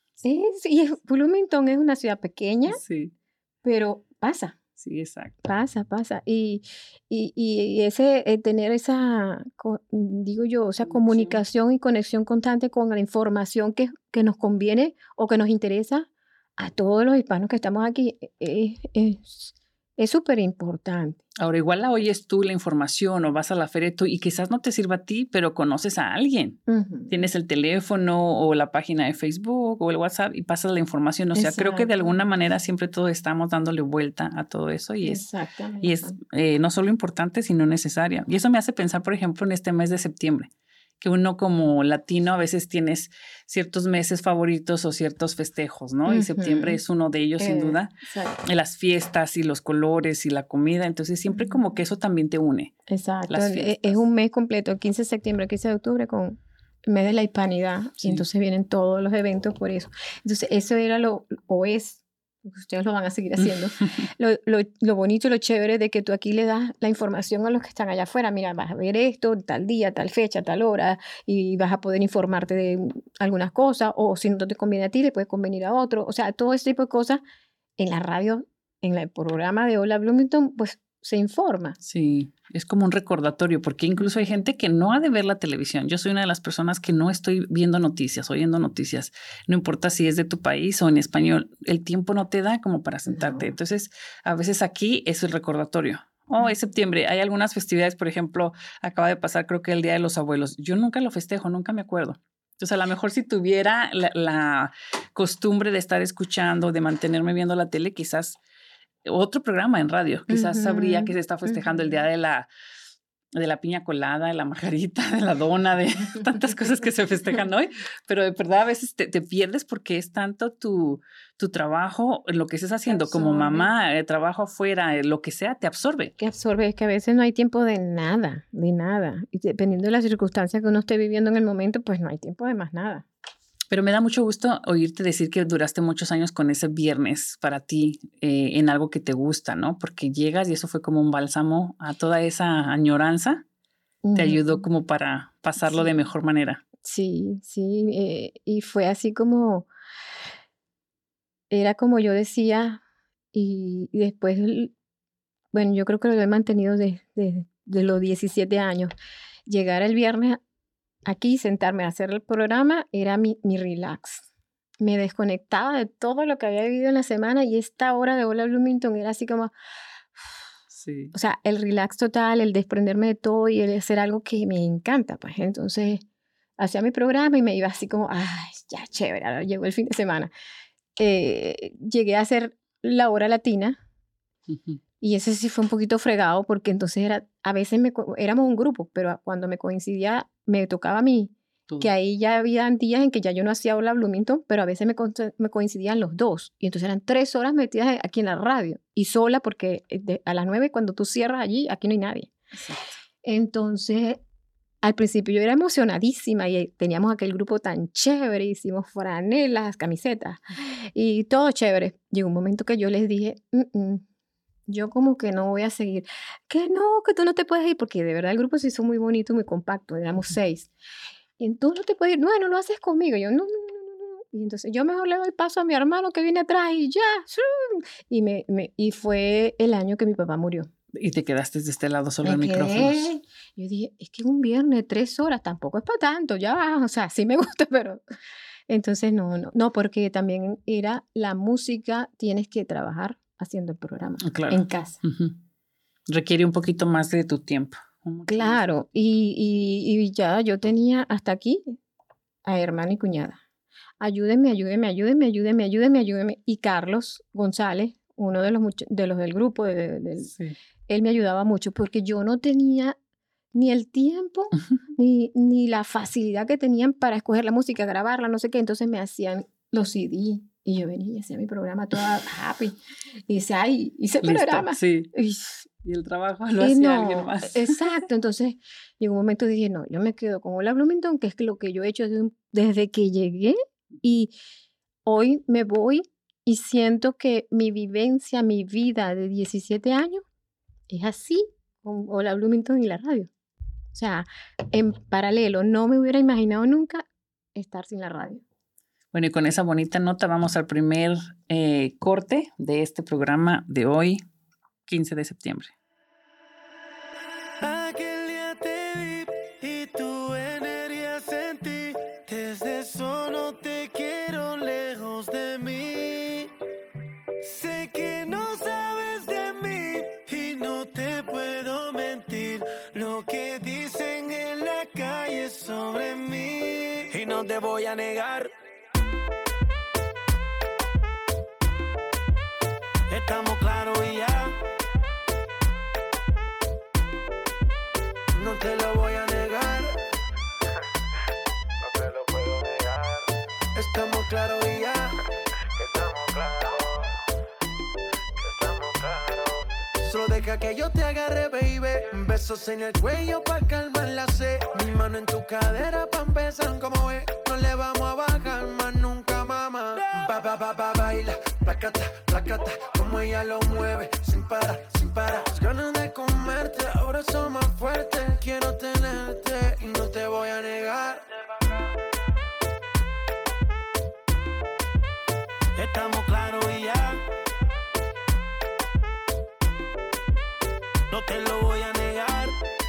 es, y es- Bloomington es una ciudad pequeña, Sí, pero pasa. sí, exacto. Pasa, pasa. Y, y, y ese, eh, tener esa, co- digo yo, esa Conexión. comunicación y conexión constante con la información que, que nos conviene o que nos interesa a todos los hispanos que estamos aquí, eh, es es súper importante. Ahora, igual la oyes tú la información o vas a la feria tú y quizás no te sirva a ti, pero conoces a alguien. Ujú. Tienes el teléfono o la página de Facebook o el WhatsApp y pasas la información. O sea, creo que de Exacto. alguna manera siempre todos estamos dándole vuelta a todo eso y es, Exactamente. y es eh, no solo importante, sino necesaria. Y eso me hace pensar, por ejemplo, en este mes de septiembre, que uno como latino a veces tienes ciertos meses favoritos o ciertos festejos, ¿no? Y Ujú. septiembre es uno de ellos, sin Eh, duda. Exacto. Las fiestas y los colores y la comida. Entonces, siempre como que eso también te une. Exacto. las E- fiestas. Es un mes completo, quince de septiembre, quince de octubre, con el mes de la hispanidad. Sí. Y entonces vienen todos los eventos por eso. Entonces, eso era lo, o es porque ustedes lo van a seguir haciendo, lo, lo, lo bonito y lo chévere de que tú aquí le das la información a los que están allá afuera. Mira, vas a ver esto, tal día, tal fecha, tal hora, y vas a poder informarte de algunas cosas, o si no te conviene a ti, le puede convenir a otro. O sea, todo ese tipo de cosas en la radio, en el programa de Hola Bloomington, pues se informa. Sí, es como un recordatorio, porque incluso hay gente que no ha de ver la televisión. Yo soy una de las personas que no estoy viendo noticias, oyendo noticias. No importa si es de tu país o en español, el tiempo no te da como para sentarte. No. Entonces, a veces aquí es el recordatorio. Oh, es septiembre. Hay algunas festividades, por ejemplo, acaba de pasar creo que el Día de los Abuelos. Yo nunca lo festejo, nunca me acuerdo. Entonces, a lo mejor si tuviera la, la costumbre de estar escuchando, de mantenerme viendo la tele, quizás otro programa en radio, quizás uh-huh. sabría que se está festejando uh-huh. el día de la, de la piña colada, de la margarita, de la dona, de tantas cosas que se festejan hoy, pero de verdad a veces te, te pierdes porque es tanto tu, tu trabajo, lo que estés haciendo como mamá, el trabajo afuera, lo que sea, te absorbe. Que absorbe, es que a veces no hay tiempo de nada, de nada, y dependiendo de las circunstancias que uno esté viviendo en el momento, pues no hay tiempo de más nada. Pero me da mucho gusto oírte decir que duraste muchos años con ese viernes para ti eh, en algo que te gusta, ¿no? Porque llegas y eso fue como un bálsamo a toda esa añoranza. Uh-huh. Te ayudó como para pasarlo sí. de mejor manera. Sí, sí. Eh, y fue así como, era como yo decía y, y después, bueno, yo creo que lo he mantenido de, de, de los diecisiete años. Llegar el viernes aquí, sentarme a hacer el programa, era mi, mi relax. Me desconectaba de todo lo que había vivido en la semana y esta hora de Hola Bloomington era así como... Sí. O sea, el relax total, el desprenderme de todo y el hacer algo que me encanta. Pues entonces, hacía mi programa y me iba así como, ay, ya, chévere, ahora llegó el fin de semana. Eh, llegué a hacer la hora latina. Uh-huh. Y ese sí fue un poquito fregado porque entonces era, a veces me, éramos un grupo, pero cuando me coincidía, me tocaba a mí, Todo. que ahí ya había días en que ya yo no hacía Hola Bloomington, pero a veces me, me coincidían los dos. Y entonces eran tres horas metidas aquí en la radio y sola porque de, a las nueve cuando tú cierras allí, aquí no hay nadie. Exacto. Entonces, al principio yo era emocionadísima y teníamos aquel grupo tan chévere, hicimos franelas, camisetas y todo chévere. Llegó un momento que yo les dije, mm-mm, yo como que no voy a seguir. Que no, que tú no te puedes ir, porque de verdad el grupo se hizo muy bonito, muy compacto, éramos seis. Y tú no te puedes ir, no, no lo haces conmigo. Y yo, no, no, no, no. Y entonces yo mejor le doy paso a mi hermano que viene atrás y ya. Y, me, me, y fue el año que mi papá murió. Y te quedaste de este lado solo en micrófonos. Yo dije, es que un viernes, tres horas, tampoco es para tanto, ya va. O sea, sí me gusta, pero... Entonces no, no, no, porque también era la música, tienes que trabajar haciendo el programa claro. en casa. Uh-huh. Requiere un poquito más de tu tiempo. Claro, y, y, y ya yo tenía hasta aquí a hermana y cuñada. Ayúdenme, ayúdenme, ayúdenme, ayúdenme, ayúdenme, ayúdenme. Y Carlos González, uno de los, much- de los del grupo, de, de, de, sí. él me ayudaba mucho porque yo no tenía ni el tiempo uh-huh. ni, ni la facilidad que tenían para escoger la música, grabarla, no sé qué. Entonces me hacían los C D. Y yo venía y hacía mi programa toda happy. Y decía, ay, hice el Listo, programa. Sí. Y, y el trabajo lo hacía no, alguien más. Exacto. Entonces, llegó un momento y dije, no, yo me quedo con Hola Bloomington, que es lo que yo he hecho desde, desde que llegué. Y hoy me voy y siento que mi vivencia, mi vida de diecisiete años, es así, con Hola Bloomington y la radio. O sea, en paralelo, no me hubiera imaginado nunca estar sin la radio. Bueno, y con esa bonita nota vamos al primer eh, corte de este programa de hoy, quince de septiembre. Aquel día te vi y tu energía sentí. Desde eso no te quiero lejos de mí. Sé que no sabes de mí y no te puedo mentir. Lo que dicen en la calle sobre mí y no te voy a negar. Estamos claros y ya. No te lo voy a negar. No te lo puedo negar. Estamos claros y ya. Estamos claros. Estamos claros. Solo deja que yo te agarre, baby. Besos en el cuello pa' calmar la sed. Mi mano en tu cadera pa' empezar como es. No le vamos a bajar más nunca, mamá. ba, ba, ba, ba, baila, placata, placata, como ella lo mueve, sin parar, sin parar. Las ganas de comerte ahora son más fuertes. Quiero tenerte y no te voy a negar. Estamos claros y ya. No te lo voy a negar.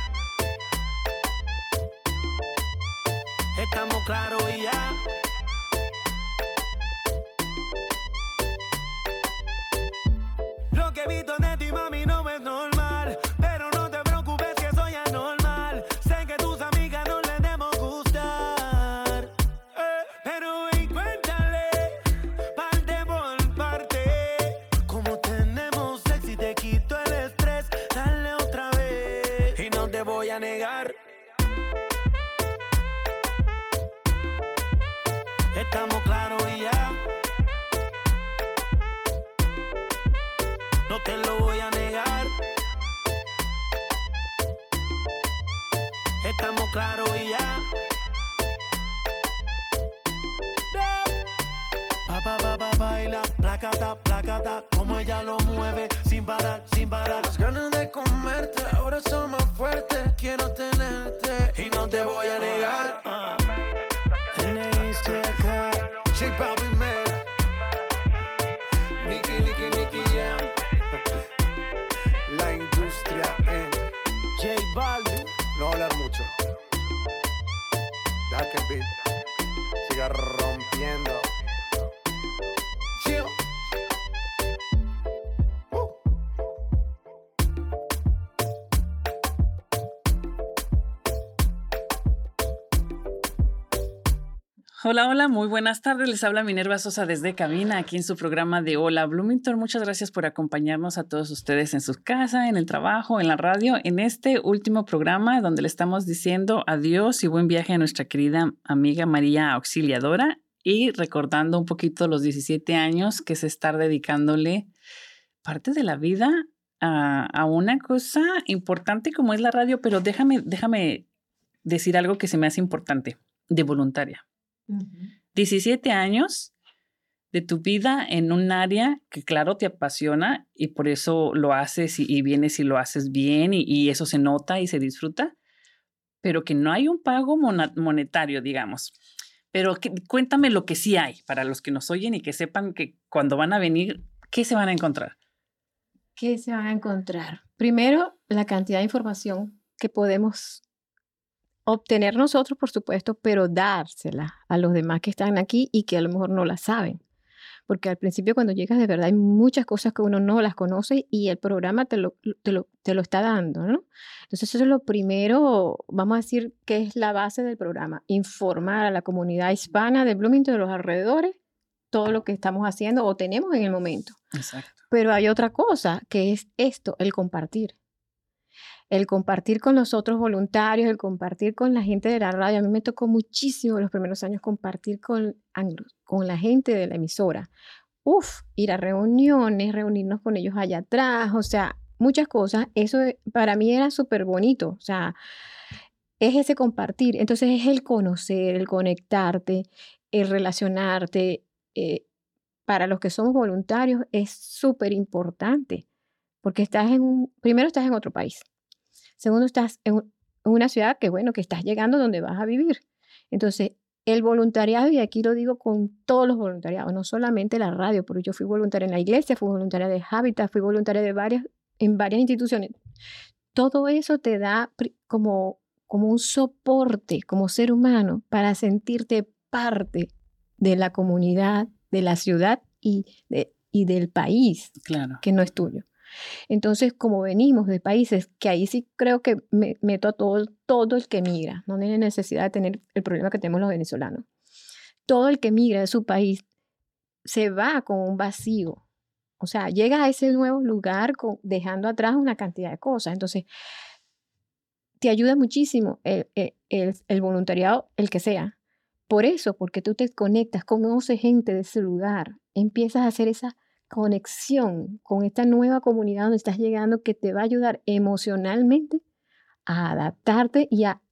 Estamos claros y ya. Lo que he visto de ti, mami, no es normal. Pero no te preocupes que soy anormal. Sé que tus amigas no les debemos gustar. Eh, pero ven, cuéntale, parte por parte. Como tenemos sexy, te quito el estrés. Dale otra vez. Y no te voy a negar. Estamos claros y ya. No te lo voy a negar. Estamos claros y ya. Pa, pa, pa, pa, baila, placata, placata, como ella lo mueve, sin parar, sin parar. Las ganas de comerte ahora son más fuertes. Quiero tenerte y no te voy a negar. Uh. J Balvin, man. Nicky, Nicky, Nicky Jam. La industria en J Balvin. No hablar mucho. Deja que el beat siga rompiendo. Chill. Uh. Hola, hola, muy buenas tardes. Les habla Minerva Sosa desde cabina aquí en su programa de Hola Bloomington. Muchas gracias por acompañarnos a todos ustedes en su casa, en el trabajo, en la radio, en este último programa donde le estamos diciendo adiós y buen viaje a nuestra querida amiga María Auxiliadora y recordando un poquito los diecisiete años que es estar dedicándole parte de la vida a, a una cosa importante como es la radio, pero déjame, déjame decir algo que se me hace importante, de voluntaria. diecisiete años de tu vida en un área que claro te apasiona y por eso lo haces y, y vienes y lo haces bien y, y eso se nota y se disfruta, pero que no hay un pago mona- monetario, digamos. Pero que, cuéntame lo que sí hay para los que nos oyen y que sepan que cuando van a venir, ¿qué se van a encontrar? ¿Qué se van a encontrar? Primero, la cantidad de información que podemos obtener nosotros, por supuesto, pero dársela a los demás que están aquí y que a lo mejor no la saben. Porque al principio cuando llegas de verdad hay muchas cosas que uno no las conoce y el programa te lo, te lo, te lo está dando, ¿no? Entonces eso es lo primero, vamos a decir que es la base del programa, informar a la comunidad hispana de Bloomington, de los alrededores, todo lo que estamos haciendo o tenemos en el momento. Exacto. Pero hay otra cosa que es esto, el compartir. El compartir con los otros voluntarios, el compartir con la gente de la radio. A mí me tocó muchísimo los primeros años compartir con, con la gente de la emisora. Uf, ir a reuniones, reunirnos con ellos allá atrás, o sea, muchas cosas. Eso para mí era súper bonito, o sea, es ese compartir. Entonces es el conocer, el conectarte, el relacionarte. Eh, para los que somos voluntarios es súper importante, porque estás en un, primero estás en otro país. Segundo, estás en una ciudad que, bueno, que estás llegando donde vas a vivir. Entonces, el voluntariado, y aquí lo digo con todos los voluntariados, no solamente la radio, porque yo fui voluntaria en la iglesia, fui voluntaria de Habitat, fui voluntaria de varias, en varias instituciones. Todo eso te da como, como un soporte como ser humano para sentirte parte de la comunidad, de la ciudad y, de, y del país, claro, que no es tuyo. Entonces, como venimos de países que ahí sí creo que me meto a todo, todo el que migra, no tiene necesidad de tener el problema que tenemos los venezolanos. Todo el que migra de su país se va con un vacío. O sea, llega a ese nuevo lugar con, dejando atrás una cantidad de cosas. Entonces, te ayuda muchísimo el, el, el, el voluntariado, el que sea. Por eso, porque tú te conectas, conoces gente de ese lugar, empiezas a hacer esa conexión con esta nueva comunidad donde estás llegando que te va a ayudar emocionalmente a adaptarte y a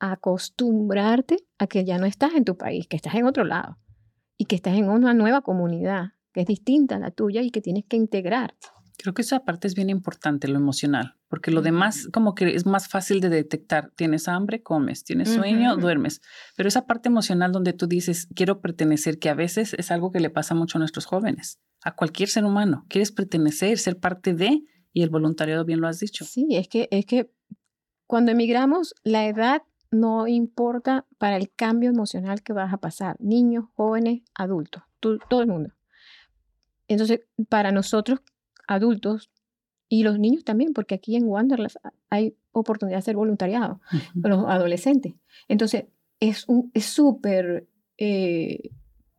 acostumbrarte a que ya no estás en tu país, que estás en otro lado y que estás en una nueva comunidad que es distinta a la tuya y que tienes que integrar. Creo que esa parte es bien importante, lo emocional, porque lo demás como que es más fácil de detectar. Tienes hambre, comes, tienes sueño, Ujú. duermes. Pero esa parte emocional donde tú dices, quiero pertenecer, que a veces es algo que le pasa mucho a nuestros jóvenes, a cualquier ser humano. Quieres pertenecer, ser parte de, y el voluntariado bien lo has dicho. Sí, es que, es que cuando emigramos, la edad no importa para el cambio emocional que vas a pasar. Niños, jóvenes, adultos, tú- todo el mundo. Entonces, para nosotros, adultos, y los niños también, porque aquí en Wanderlust hay oportunidad de hacer voluntariado, Ujú. los adolescentes. Entonces, es un- es súper, eh,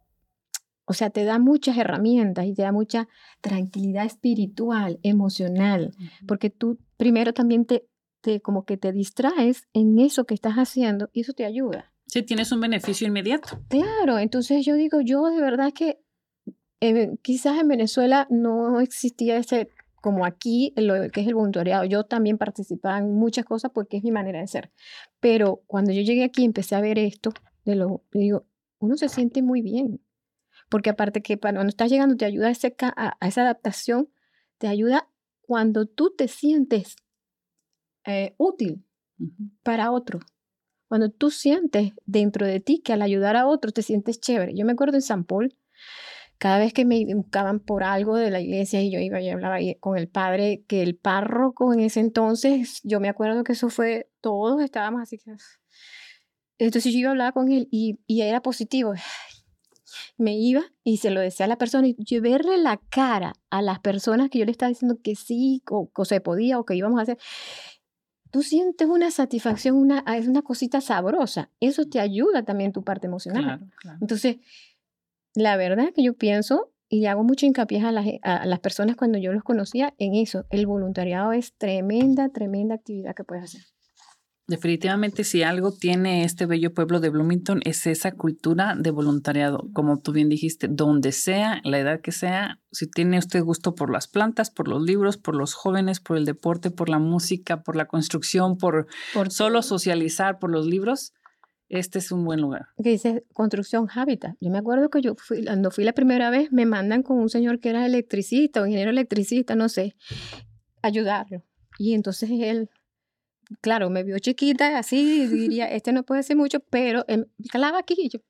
o sea, te da muchas herramientas y te da mucha tranquilidad espiritual, emocional, porque tú primero también te, te como que te distraes en eso que estás haciendo y eso te ayuda. Sí, tienes un beneficio inmediato. Claro, entonces yo digo, yo de verdad que eh, quizás en Venezuela no existía ese, como aquí, lo que es el voluntariado. Yo también participaba en muchas cosas porque es mi manera de ser. Pero cuando yo llegué aquí empecé a ver esto, de lo, digo, uno se siente muy bien. Porque aparte que para cuando estás llegando te ayuda a, ese, ca- a, a esa adaptación, te ayuda cuando tú te sientes eh, útil Ujú. para otros. Cuando tú sientes dentro de ti que al ayudar a otros te sientes chévere. Yo me acuerdo en San Paul, cada vez que me buscaban por algo de la iglesia y yo iba y hablaba ahí con el padre, que el párroco en ese entonces, yo me acuerdo que eso fue, todos estábamos así que... Entonces yo iba a hablar con él y, y era positivo. Me iba y se lo decía a la persona y yo verle la cara a las personas que yo le estaba diciendo que sí, o que se podía o que íbamos a hacer. Tú sientes una satisfacción, una, es una cosita sabrosa. Eso te ayuda también tu parte emocional. Claro, claro. Entonces, la verdad que yo pienso y le hago mucho hincapié a las, a las personas cuando yo los conocía en eso. El voluntariado es tremenda, tremenda actividad que puedes hacer. Definitivamente, si algo tiene este bello pueblo de Bloomington es esa cultura de voluntariado. Como tú bien dijiste, donde sea, la edad que sea, si tiene usted gusto por las plantas, por los libros, por los jóvenes, por el deporte, por la música, por la construcción, por Por solo todo. socializar, por los libros, este es un buen lugar. Que dice construcción hábitat. Yo me acuerdo que yo fui, cuando fui la primera vez, me mandan con un señor que era electricista o ingeniero electricista, no sé, ayudarlo. Y entonces él, claro, me vio chiquita, así, y diría, este no puede ser mucho, pero él calaba aquí y yo.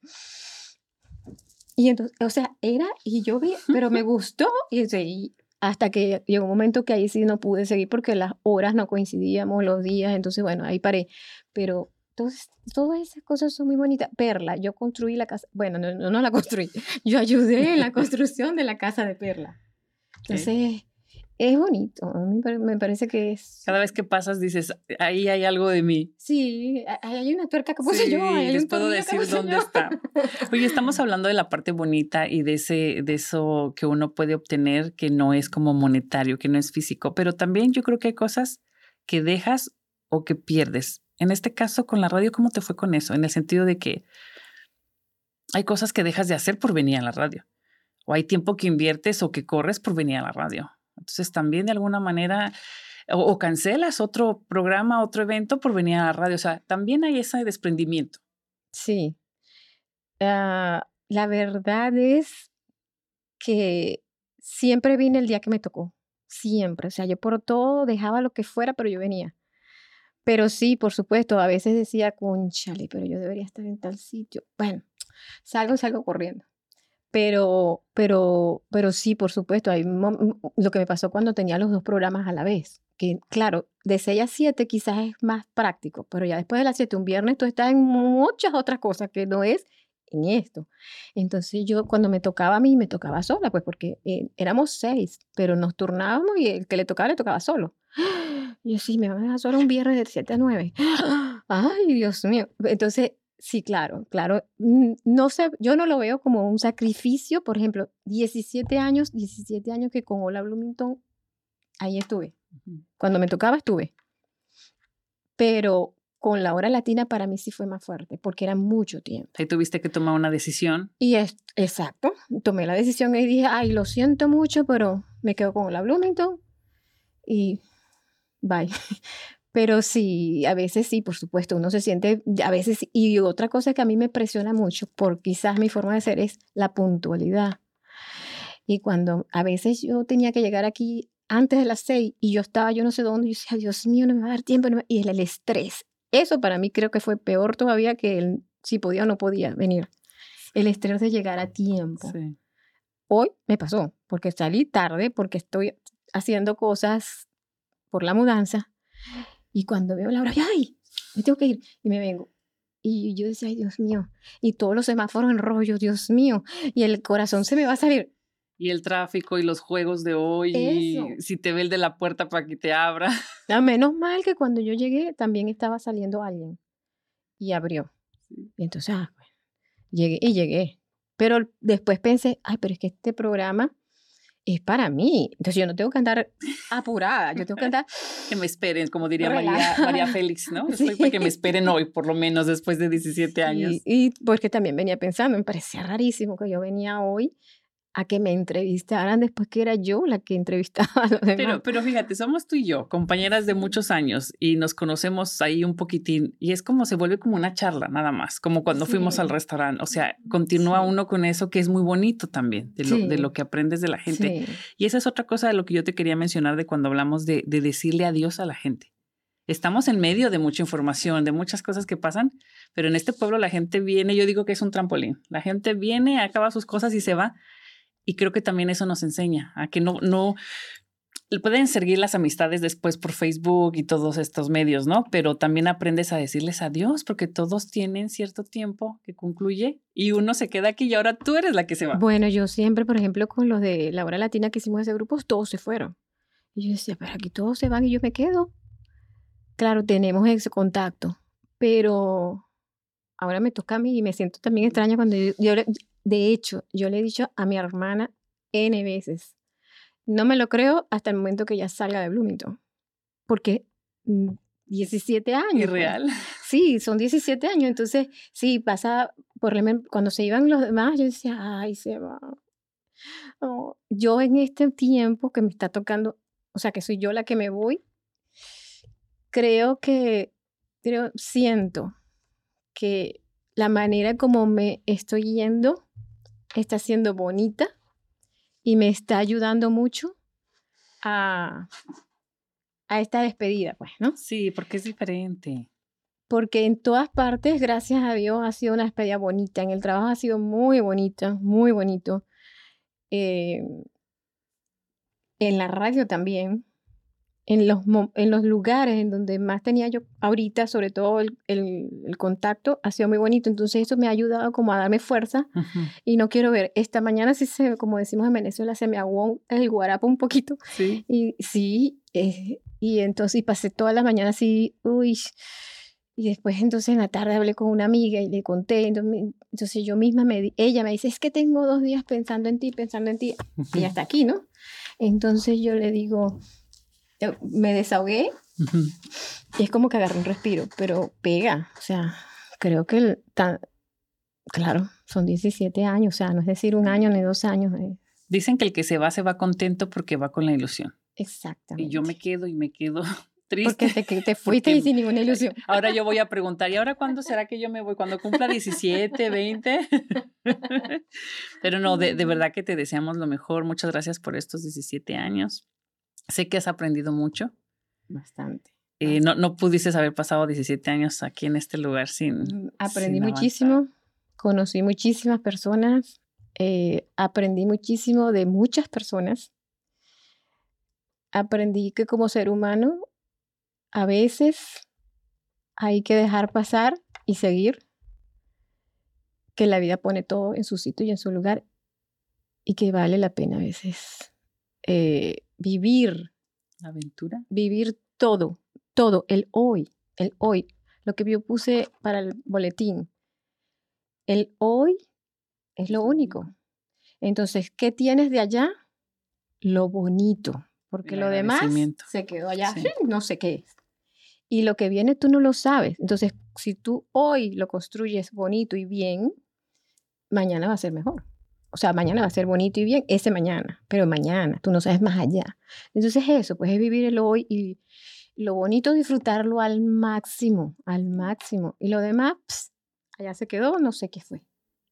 Y entonces, o sea, era, y yo vi, pero me gustó, y, o sea, y hasta que llegó un momento que ahí sí no pude seguir porque las horas no coincidíamos, los días, entonces, bueno, ahí paré. Pero entonces, todas esas cosas son muy bonitas. Perla, yo construí la casa, bueno, no, no, no la construí, yo ayudé en la construcción de la casa de Perla. Entonces, es bonito, a mí me pare- me parece que es... Cada vez que pasas dices, ahí hay algo de mí. Sí, a- ahí hay una tuerca que puse Sí, yo, ahí hay les un puedo tornillo que decir puse dónde yo. está. Oye, estamos hablando de la parte bonita y de ese, de eso que uno puede obtener que no es como monetario, que no es físico, pero también yo creo que hay cosas que dejas o que pierdes. En este caso, con la radio, ¿cómo te fue con eso? En el sentido de que hay cosas que dejas de hacer por venir a la radio, o hay tiempo que inviertes o que corres por venir a la radio. Entonces, también de alguna manera, o, o cancelas otro programa, otro evento por venir a la radio. O sea, también hay ese desprendimiento. Sí. Ah, la verdad es que siempre vine el día que me tocó, siempre. O sea, yo por todo dejaba lo que fuera, pero yo venía. Pero sí, por supuesto, a veces decía, cónchale, pero yo debería estar en tal sitio. Bueno, salgo, salgo corriendo. Pero, pero, pero sí, por supuesto, hay mom- lo que me pasó cuando tenía los dos programas a la vez. Que claro, de seis a siete quizás es más práctico, pero ya después de las siete un viernes tú estás en muchas otras cosas que no es en esto. Entonces yo cuando me tocaba a mí, me tocaba sola, pues porque eh, éramos seis, pero nos turnábamos y el que le tocaba, le tocaba solo. Y yo sí, me van a dejar sola un viernes de siete a nueve. Ay, Dios mío. Entonces, sí, claro, claro. mm, No sé, yo no lo veo como un sacrificio. Por ejemplo, diecisiete años, diecisiete años que con Hola Bloomington, ahí estuve. Cuando me tocaba, estuve. Pero con la hora latina para mí sí fue más fuerte, porque era mucho tiempo. Ahí tuviste que tomar una decisión. Y es, exacto, tomé la decisión y dije, ay, lo siento mucho, pero me quedo con Hola Bloomington y bye. Pero sí, a veces sí, por supuesto, uno se siente, a veces, sí. Y otra cosa que a mí me presiona mucho, por quizás mi forma de ser, es la puntualidad. Y cuando a veces yo tenía que llegar aquí antes de las seis y yo estaba yo no sé dónde, yo decía, Dios mío, no me va a dar tiempo. No me-". Y el, el estrés, eso para mí creo que fue peor todavía que el, si podía o no podía venir. El estrés de llegar a tiempo. Sí. Hoy me pasó, porque salí tarde, porque estoy haciendo cosas por la mudanza. Y cuando veo la hora, ¡ay! Me tengo que ir. Y me vengo. Y yo decía, ay, Dios mío. Y todos los semáforos en rojo, Dios mío. Y el corazón se me va a salir. Y el tráfico y los juegos de hoy. Eso. Y si te ve el de la puerta para que te abra. A menos mal que cuando yo llegué también estaba saliendo alguien. Y abrió. Sí. Y entonces, ah, bueno, llegué y llegué. Pero después pensé, ay, pero es que este programa es para mí. Entonces yo no tengo que andar apurada. Yo tengo que andar... Que me esperen, como diría María, Relajada. María Félix, ¿no? Sí. Estoy para que me esperen hoy, por lo menos después de diecisiete años. Y, y porque también venía pensando, me parecía rarísimo que yo venía hoy a que me entrevistaran después que era yo la que entrevistaba a los demás. Pero, pero fíjate, somos tú y yo, compañeras de muchos años, y nos conocemos ahí un poquitín, y es como se vuelve como una charla, nada más, como cuando Sí. fuimos al restaurante. O sea, continúa Sí. uno con eso que es muy bonito también, de lo, Sí. de lo que aprendes de la gente. Sí. Y esa es otra cosa de lo que yo te quería mencionar de cuando hablamos de, de decirle adiós a la gente. Estamos en medio de mucha información, de muchas cosas que pasan, pero en este pueblo la gente viene, yo digo que es un trampolín. La gente viene, acaba sus cosas y se va. Y creo que también eso nos enseña a que no, no pueden seguir las amistades después por Facebook y todos estos medios, ¿no? Pero también aprendes a decirles adiós porque todos tienen cierto tiempo que concluye y uno se queda aquí y ahora tú eres la que se va. Bueno, yo siempre, por ejemplo, con los de la hora latina que hicimos ese grupo, todos se fueron. Y yo decía, pero aquí todos se van y yo me quedo. Claro, tenemos ese contacto, pero ahora me toca a mí y me siento también extraña cuando yo, yo le- de hecho, yo le he dicho a mi hermana N veces, no me lo creo hasta el momento que ya salga de Bloomington, porque mm, diecisiete años. pues. Irreal. Sí, son diecisiete años, entonces sí, pasa, por lo menos cuando se iban los demás, yo decía, ay, se va. Oh, yo en este tiempo que me está tocando, o sea, que soy yo la que me voy, creo que, creo, siento que la manera como me estoy yendo está siendo bonita y me está ayudando mucho a, a esta despedida, pues, ¿no? Sí, porque es diferente. Porque en todas partes, gracias a Dios, ha sido una despedida bonita. En el trabajo ha sido muy bonita, muy bonito. Eh, en la radio también. En los, mo- en los lugares en donde más tenía yo ahorita, sobre todo el, el- el contacto, ha sido muy bonito. Entonces eso me ha ayudado como a darme fuerza Ujú. y no quiero ver. Esta mañana sí se, como decimos en Venezuela, se me aguó el guarapo un poquito. Sí. Y sí, eh, y entonces y pasé toda la mañana así, uy. Y después entonces en la tarde hablé con una amiga y le conté. Entonces, me- entonces yo misma, me, di- ella me dice, es que tengo dos días pensando en ti, pensando en ti. Y hasta aquí, ¿no? Entonces yo le digo, eh, me desahogué Ujú. y es como que agarré un respiro, pero pega. O sea, creo que, el tan, claro, son diecisiete años, o sea, no es decir un año ni dos años. eh, Dicen que el que se va se va contento porque va con la ilusión. Exactamente. Y yo me quedo y me quedo triste. Porque te, que te fuiste Porque- y sin ninguna ilusión. Ahora yo voy a preguntar, ¿y ahora cuándo será que yo me voy? ¿Cuando cumpla diecisiete, veinte? Pero no, de, de verdad que te deseamos lo mejor. Muchas gracias por estos diecisiete años. Sé que has aprendido mucho. Bastante. Eh, no, no pudiste haber pasado diecisiete años aquí en este lugar sin... Mm, Aprendí sin muchísimo, conocí muchísimas personas, eh, aprendí muchísimo de muchas personas. Aprendí que como ser humano a veces hay que dejar pasar y seguir, que la vida pone todo en su sitio y en su lugar y que vale la pena a veces eh, vivir, ¿Aventura? vivir todo, todo, el hoy, el hoy. Lo que yo puse para el boletín, el hoy es lo único. Entonces, ¿qué tienes de allá? Lo bonito, porque El lo demás agradecimiento. se quedó allá, Sí. no sé qué es. Y lo que viene tú no lo sabes. Entonces, si tú hoy lo construyes bonito y bien, mañana va a ser mejor. O sea, mañana va a ser bonito y bien, ese mañana, pero mañana, tú no sabes más allá. Entonces eso, pues es vivir el hoy y lo bonito disfrutarlo al máximo, al máximo. Y lo demás, ps, allá se quedó, no sé qué fue.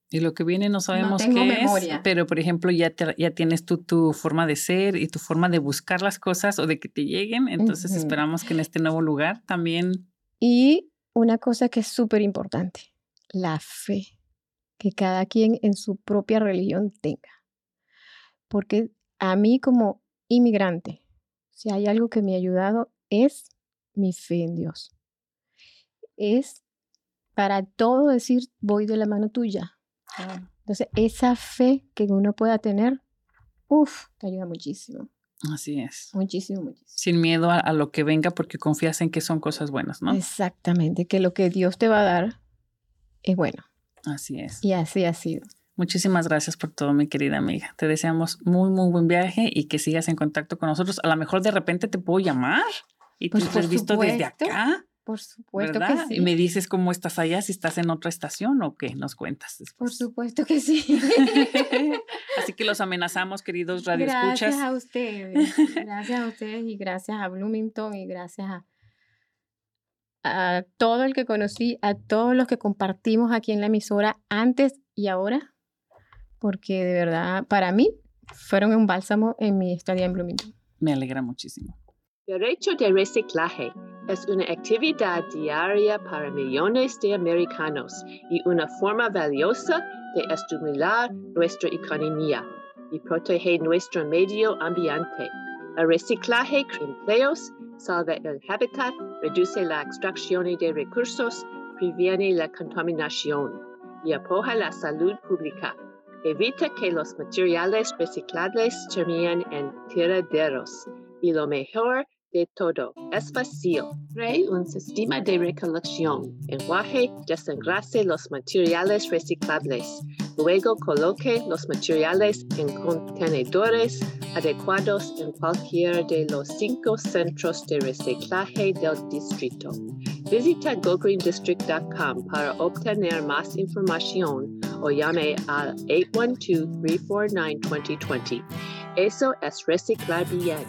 Y lo que viene no sabemos tengo qué memoria. es, pero por ejemplo ya, te- ya tienes tú tu forma de ser y tu forma de buscar las cosas o de que te lleguen. Entonces Ujú. esperamos que en este nuevo lugar también... Y una cosa que es súper importante, la fe que cada quien en su propia religión tenga. Porque a mí como inmigrante, si hay algo que me ha ayudado es mi fe en Dios. Es para todo decir, voy de la mano tuya. Entonces, esa fe que uno pueda tener, uff, te ayuda muchísimo, Así es. muchísimo, muchísimo. Sin miedo a, a lo que venga porque confías en que son cosas buenas, ¿no? Exactamente, que lo que Dios te va a dar es bueno. Así es. Y así ha sido. Muchísimas gracias por todo, mi querida amiga. Te deseamos muy, muy buen viaje y que sigas en contacto con nosotros. A lo mejor de repente te puedo llamar y Pues tú por has visto desde supuesto, acá, Por supuesto ¿verdad? que Y sí. me dices cómo estás allá, si estás en otra estación o qué, nos cuentas Por después. supuesto que sí. Así que los amenazamos, queridos Gracias radioescuchas. a ustedes. Gracias a ustedes y gracias a Bloomington y gracias a, a todo el que conocí, a todos los que compartimos aquí en la emisora antes y ahora, porque de verdad para mí fueron un bálsamo en mi estadía en Bloomington. Me alegra muchísimo. Derecho de reciclaje es una actividad diaria para millones de americanos y una forma valiosa de estimular nuestra economía y proteger nuestro medio ambiente. El reciclaje crea empleos, salva el hábitat, reduce la extracción de recursos, previene la contaminación y apoya la salud pública. Evita que los materiales reciclables terminen en tiraderos. Y lo mejor de todo, es fácil. Cree un sistema de recolección. Enjuague, desengrase los materiales reciclables. Luego coloque los materiales en contenedores adecuados en cualquiera de los cinco centros de reciclaje del distrito. Visita go green district dot com para obtener más información o llame al eight one two, three four nine, two zero two zero. Eso es reciclar bien.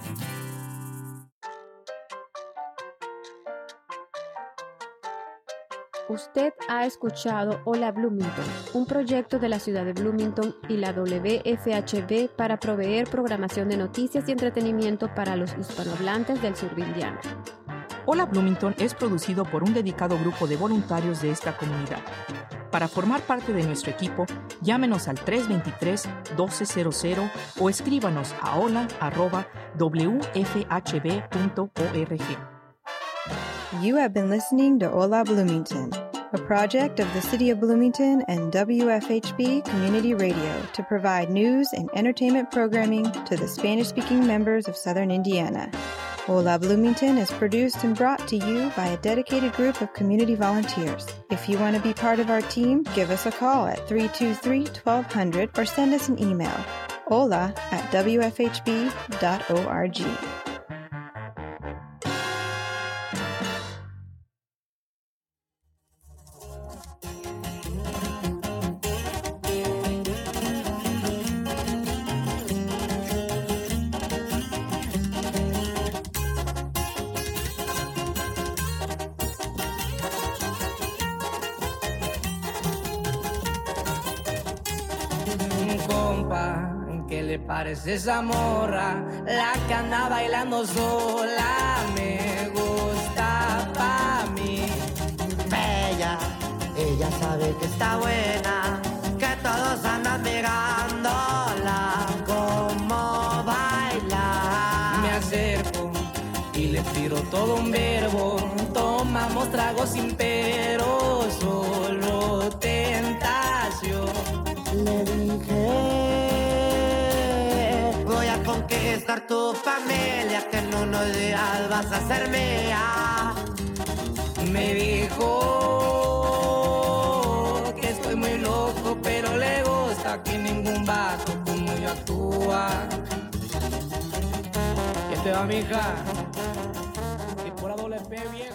Usted ha escuchado Hola Bloomington, un proyecto de la ciudad de Bloomington y la W F H B para proveer programación de noticias y entretenimiento para los hispanohablantes del sur de Indiana. Hola Bloomington es producido por un dedicado grupo de voluntarios de esta comunidad. Para formar parte de nuestro equipo, llámenos al tres dos tres, uno dos cero cero o escríbanos a hola arroba w f h b punto org. You have been listening to Hola Bloomington, a project of the City of Bloomington and W F H B Community Radio to provide news and entertainment programming to the Spanish-speaking members of Southern Indiana. Hola Bloomington is produced and brought to you by a dedicated group of community volunteers. If you want to be part of our team, give us a call at three two three, one two zero zero or send us an email, hola at w f h b dot org. Compa, ¿qué le parece esa morra? La que anda bailando sola me gusta pa' mí. Bella, ella sabe que está buena, que todos andan mirándola como baila. Me acerco y le tiro todo un verbo. Tomamos tragos sin pero, solo tentación. Le dije, voy a conquistar tu familia, que en unos días vas a ser mía. Me dijo que estoy muy loco, pero le gusta que ningún vato como yo actúa. ¿Qué te va, mija? Y por A W P bien.